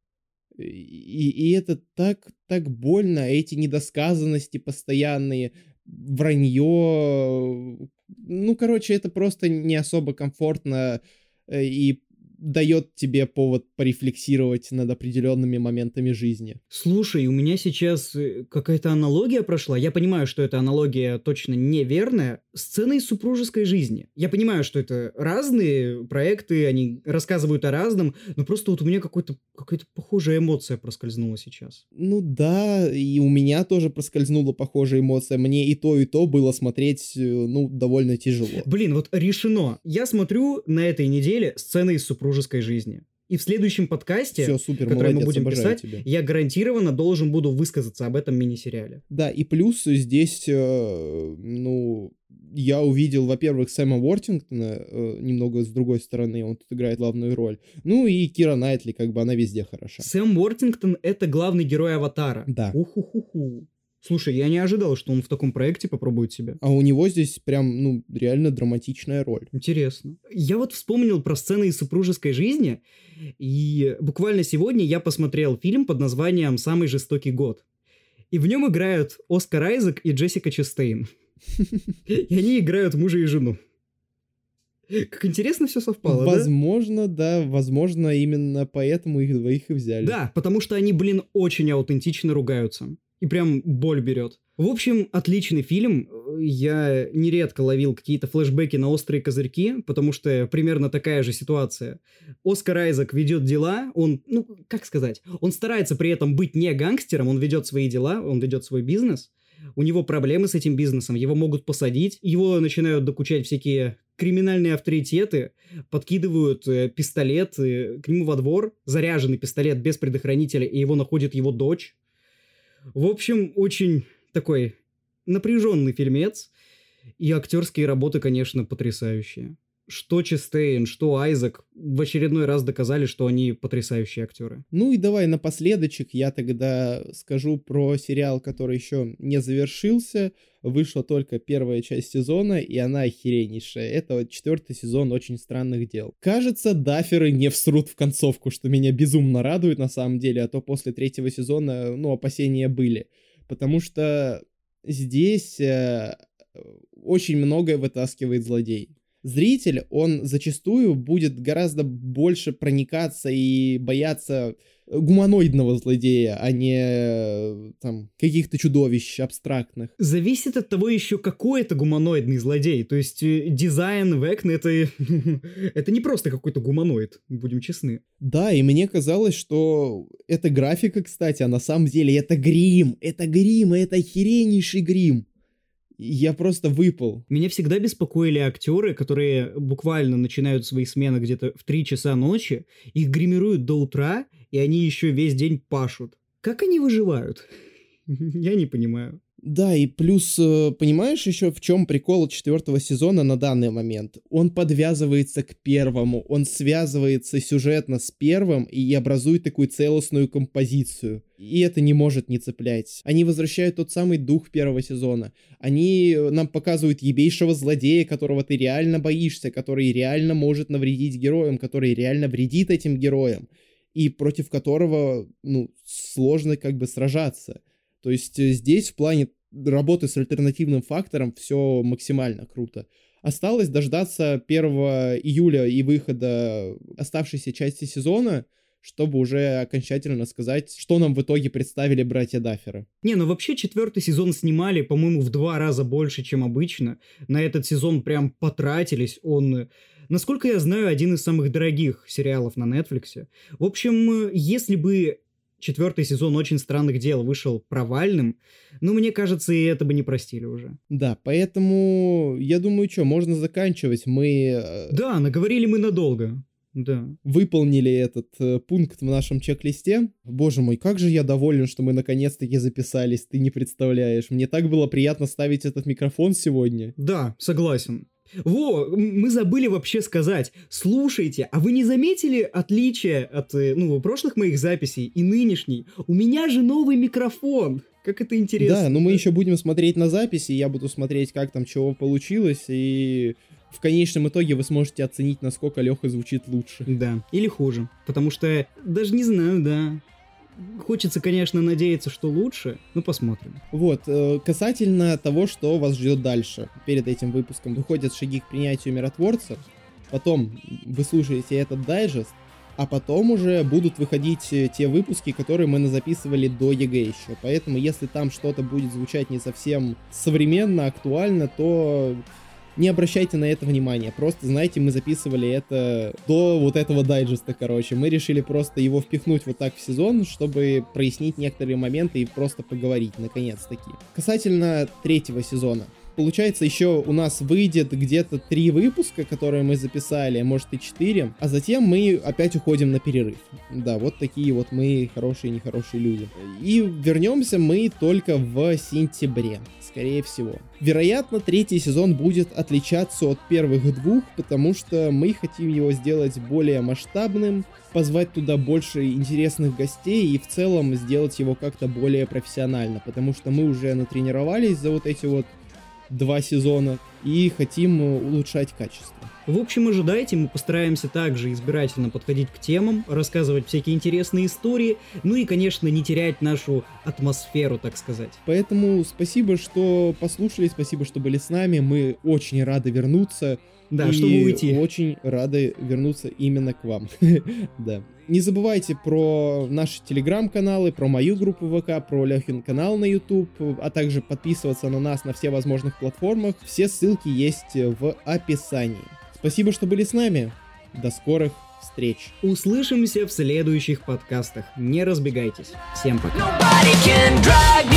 Speaker 2: И это так больно, эти недосказанности постоянные, вранье. Это просто не особо комфортно и дает тебе повод порефлексировать над определенными моментами жизни.
Speaker 1: Слушай, у меня сейчас какая-то аналогия прошла. Я понимаю, что эта аналогия точно неверная. Сцена из супружеской жизни. Я понимаю, что это разные проекты, они рассказывают о разном, но просто вот у меня какая-то похожая эмоция проскользнула сейчас.
Speaker 2: Да, и у меня тоже проскользнула похожая эмоция. Мне и то было смотреть, довольно тяжело.
Speaker 1: Блин, вот решено. Я смотрю на этой неделе сцены из супружеской жизни. И в следующем подкасте,
Speaker 2: все, супер,
Speaker 1: который
Speaker 2: молодец,
Speaker 1: мы будем писать,
Speaker 2: тебя.
Speaker 1: Я гарантированно должен буду высказаться об этом мини-сериале.
Speaker 2: Да, и плюс здесь, я увидел, во-первых, Сэма Уортингтона, немного с другой стороны, он тут играет главную роль. И Кира Найтли, она везде хороша.
Speaker 1: Сэм Уортингтон — это главный герой «Аватара».
Speaker 2: Да.
Speaker 1: Уху-ху-ху. Слушай, я не ожидал, что он в таком проекте попробует себя.
Speaker 2: А у него здесь прям, реально драматичная роль.
Speaker 1: Интересно. Я вот вспомнил про сцены из супружеской жизни, и буквально сегодня я посмотрел фильм под названием «Самый жестокий год». И в нем играют Оскар Айзек и Джессика Честейн. И они играют мужа и жену. Как интересно все совпало,
Speaker 2: возможно, да? Возможно, именно поэтому их двоих и взяли.
Speaker 1: Да, потому что они, очень аутентично ругаются. И прям боль берет. В общем, отличный фильм. Я нередко ловил какие-то флешбеки на острые козырьки, потому что примерно такая же ситуация. Оскар Айзек ведет дела, он, он старается при этом быть не гангстером, он ведет свои дела, он ведет свой бизнес. У него проблемы с этим бизнесом, его могут посадить, его начинают докучать всякие криминальные авторитеты, подкидывают пистолет к нему во двор, заряженный пистолет без предохранителя, и его находит его дочь. В общем, очень такой напряженный фильмец, и актерские работы, конечно, потрясающие. что Честейн, что Айзек в очередной раз доказали, что они потрясающие актеры.
Speaker 2: Ну и давай напоследочек я тогда скажу про сериал, который еще не завершился. Вышла только первая часть сезона, и она охереннейшая. Это 4-й сезон «Очень странных дел». Кажется, дафферы не всрут в концовку, что меня безумно радует на самом деле, а то после 3-го сезона, опасения были. Потому что здесь очень многое вытаскивает злодей. Зритель, он зачастую будет гораздо больше проникаться и бояться гуманоидного злодея, а не там каких-то чудовищ абстрактных.
Speaker 1: Зависит от того еще, какой это гуманоидный злодей. То есть дизайн Векны это не просто какой-то гуманоид, будем честны.
Speaker 2: Да, и мне казалось, что эта графика, кстати, а на самом деле это грим, это охереннейший грим. Я просто выпал.
Speaker 1: Меня всегда беспокоили актеры, которые буквально начинают свои смены где-то в 3 часа ночи, их гримируют до утра, и они еще весь день пашут. Как они выживают? Я не понимаю.
Speaker 2: Да, и плюс, понимаешь еще в чем прикол 4-го сезона на данный момент? Он подвязывается к 1-му, он связывается сюжетно с 1-м и образует такую целостную композицию. И это не может не цеплять. Они возвращают тот самый дух 1-го сезона. Они нам показывают ебейшего злодея, которого ты реально боишься, который реально может навредить героям, который реально вредит этим героям, и против которого, сложно сражаться. То есть здесь в плане работы с альтернативным фактором все максимально круто. Осталось дождаться 1 июля и выхода оставшейся части сезона, чтобы уже окончательно сказать, что нам в итоге представили братья Дафферы.
Speaker 1: Вообще 4-й сезон снимали, по-моему, в 2 раза больше, чем обычно. На этот сезон прям потратились. Он, насколько я знаю, один из самых дорогих сериалов на Netflix. В общем, если бы 4-й сезон «Очень странных дел» вышел провальным, мне кажется, и это бы не простили уже.
Speaker 2: Да, поэтому, я думаю, можно заканчивать.
Speaker 1: Да, наговорили мы надолго. Да.
Speaker 2: Выполнили этот пункт в нашем чек-листе. Боже мой, как же я доволен, что мы наконец-таки записались, ты не представляешь. Мне так было приятно ставить этот микрофон сегодня.
Speaker 1: Да, согласен. Мы забыли вообще сказать. Слушайте, а вы не заметили отличия от прошлых моих записей и нынешней? У меня же новый микрофон. Как это интересно.
Speaker 2: Да, но мы еще будем смотреть на записи, я буду смотреть, как там чего получилось, и в конечном итоге вы сможете оценить, насколько Леха звучит лучше.
Speaker 1: Да, или хуже. Потому что даже не знаю, да. Хочется, конечно, надеяться, что лучше, но посмотрим.
Speaker 2: Касательно того, что вас ждет дальше. Перед этим выпуском выходят шаги к принятию миротворца, потом вы слушаете этот дайджест, а потом уже будут выходить те выпуски, которые мы записывали до ЕГЭ еще. Поэтому, если там что-то будет звучать не совсем современно, актуально, то не обращайте на это внимания. Просто, знаете, мы записывали это до этого дайджеста, Мы решили просто его впихнуть так в сезон, чтобы прояснить некоторые моменты и просто поговорить, наконец-таки. Касательно 3-го сезона. Получается, еще у нас выйдет где-то 3 выпуска, которые мы записали, может и 4, а затем мы опять уходим на перерыв. Да, такие мы хорошие и нехорошие люди. И вернемся мы только в сентябре, скорее всего. Вероятно, 3-й сезон будет отличаться от первых 2, потому что мы хотим его сделать более масштабным, позвать туда больше интересных гостей и в целом сделать его как-то более профессионально, потому что мы уже натренировались за эти 2 сезона и хотим улучшать качество.
Speaker 1: В общем, ожидайте, мы постараемся также избирательно подходить к темам, рассказывать всякие интересные истории, и, конечно, не терять нашу атмосферу, так сказать.
Speaker 2: Поэтому спасибо, что послушали, спасибо, что были с нами, мы очень рады вернуться.
Speaker 1: Да, чтобы уйти.
Speaker 2: Очень рады вернуться именно к вам. Да. Не забывайте про наши телеграм-каналы, про мою группу ВК, про Лехин канал на YouTube, а также подписываться на нас на все возможных платформах. Все ссылки есть в описании. Спасибо, что были с нами. До скорых встреч.
Speaker 1: Услышимся в следующих подкастах. Не разбегайтесь. Всем пока.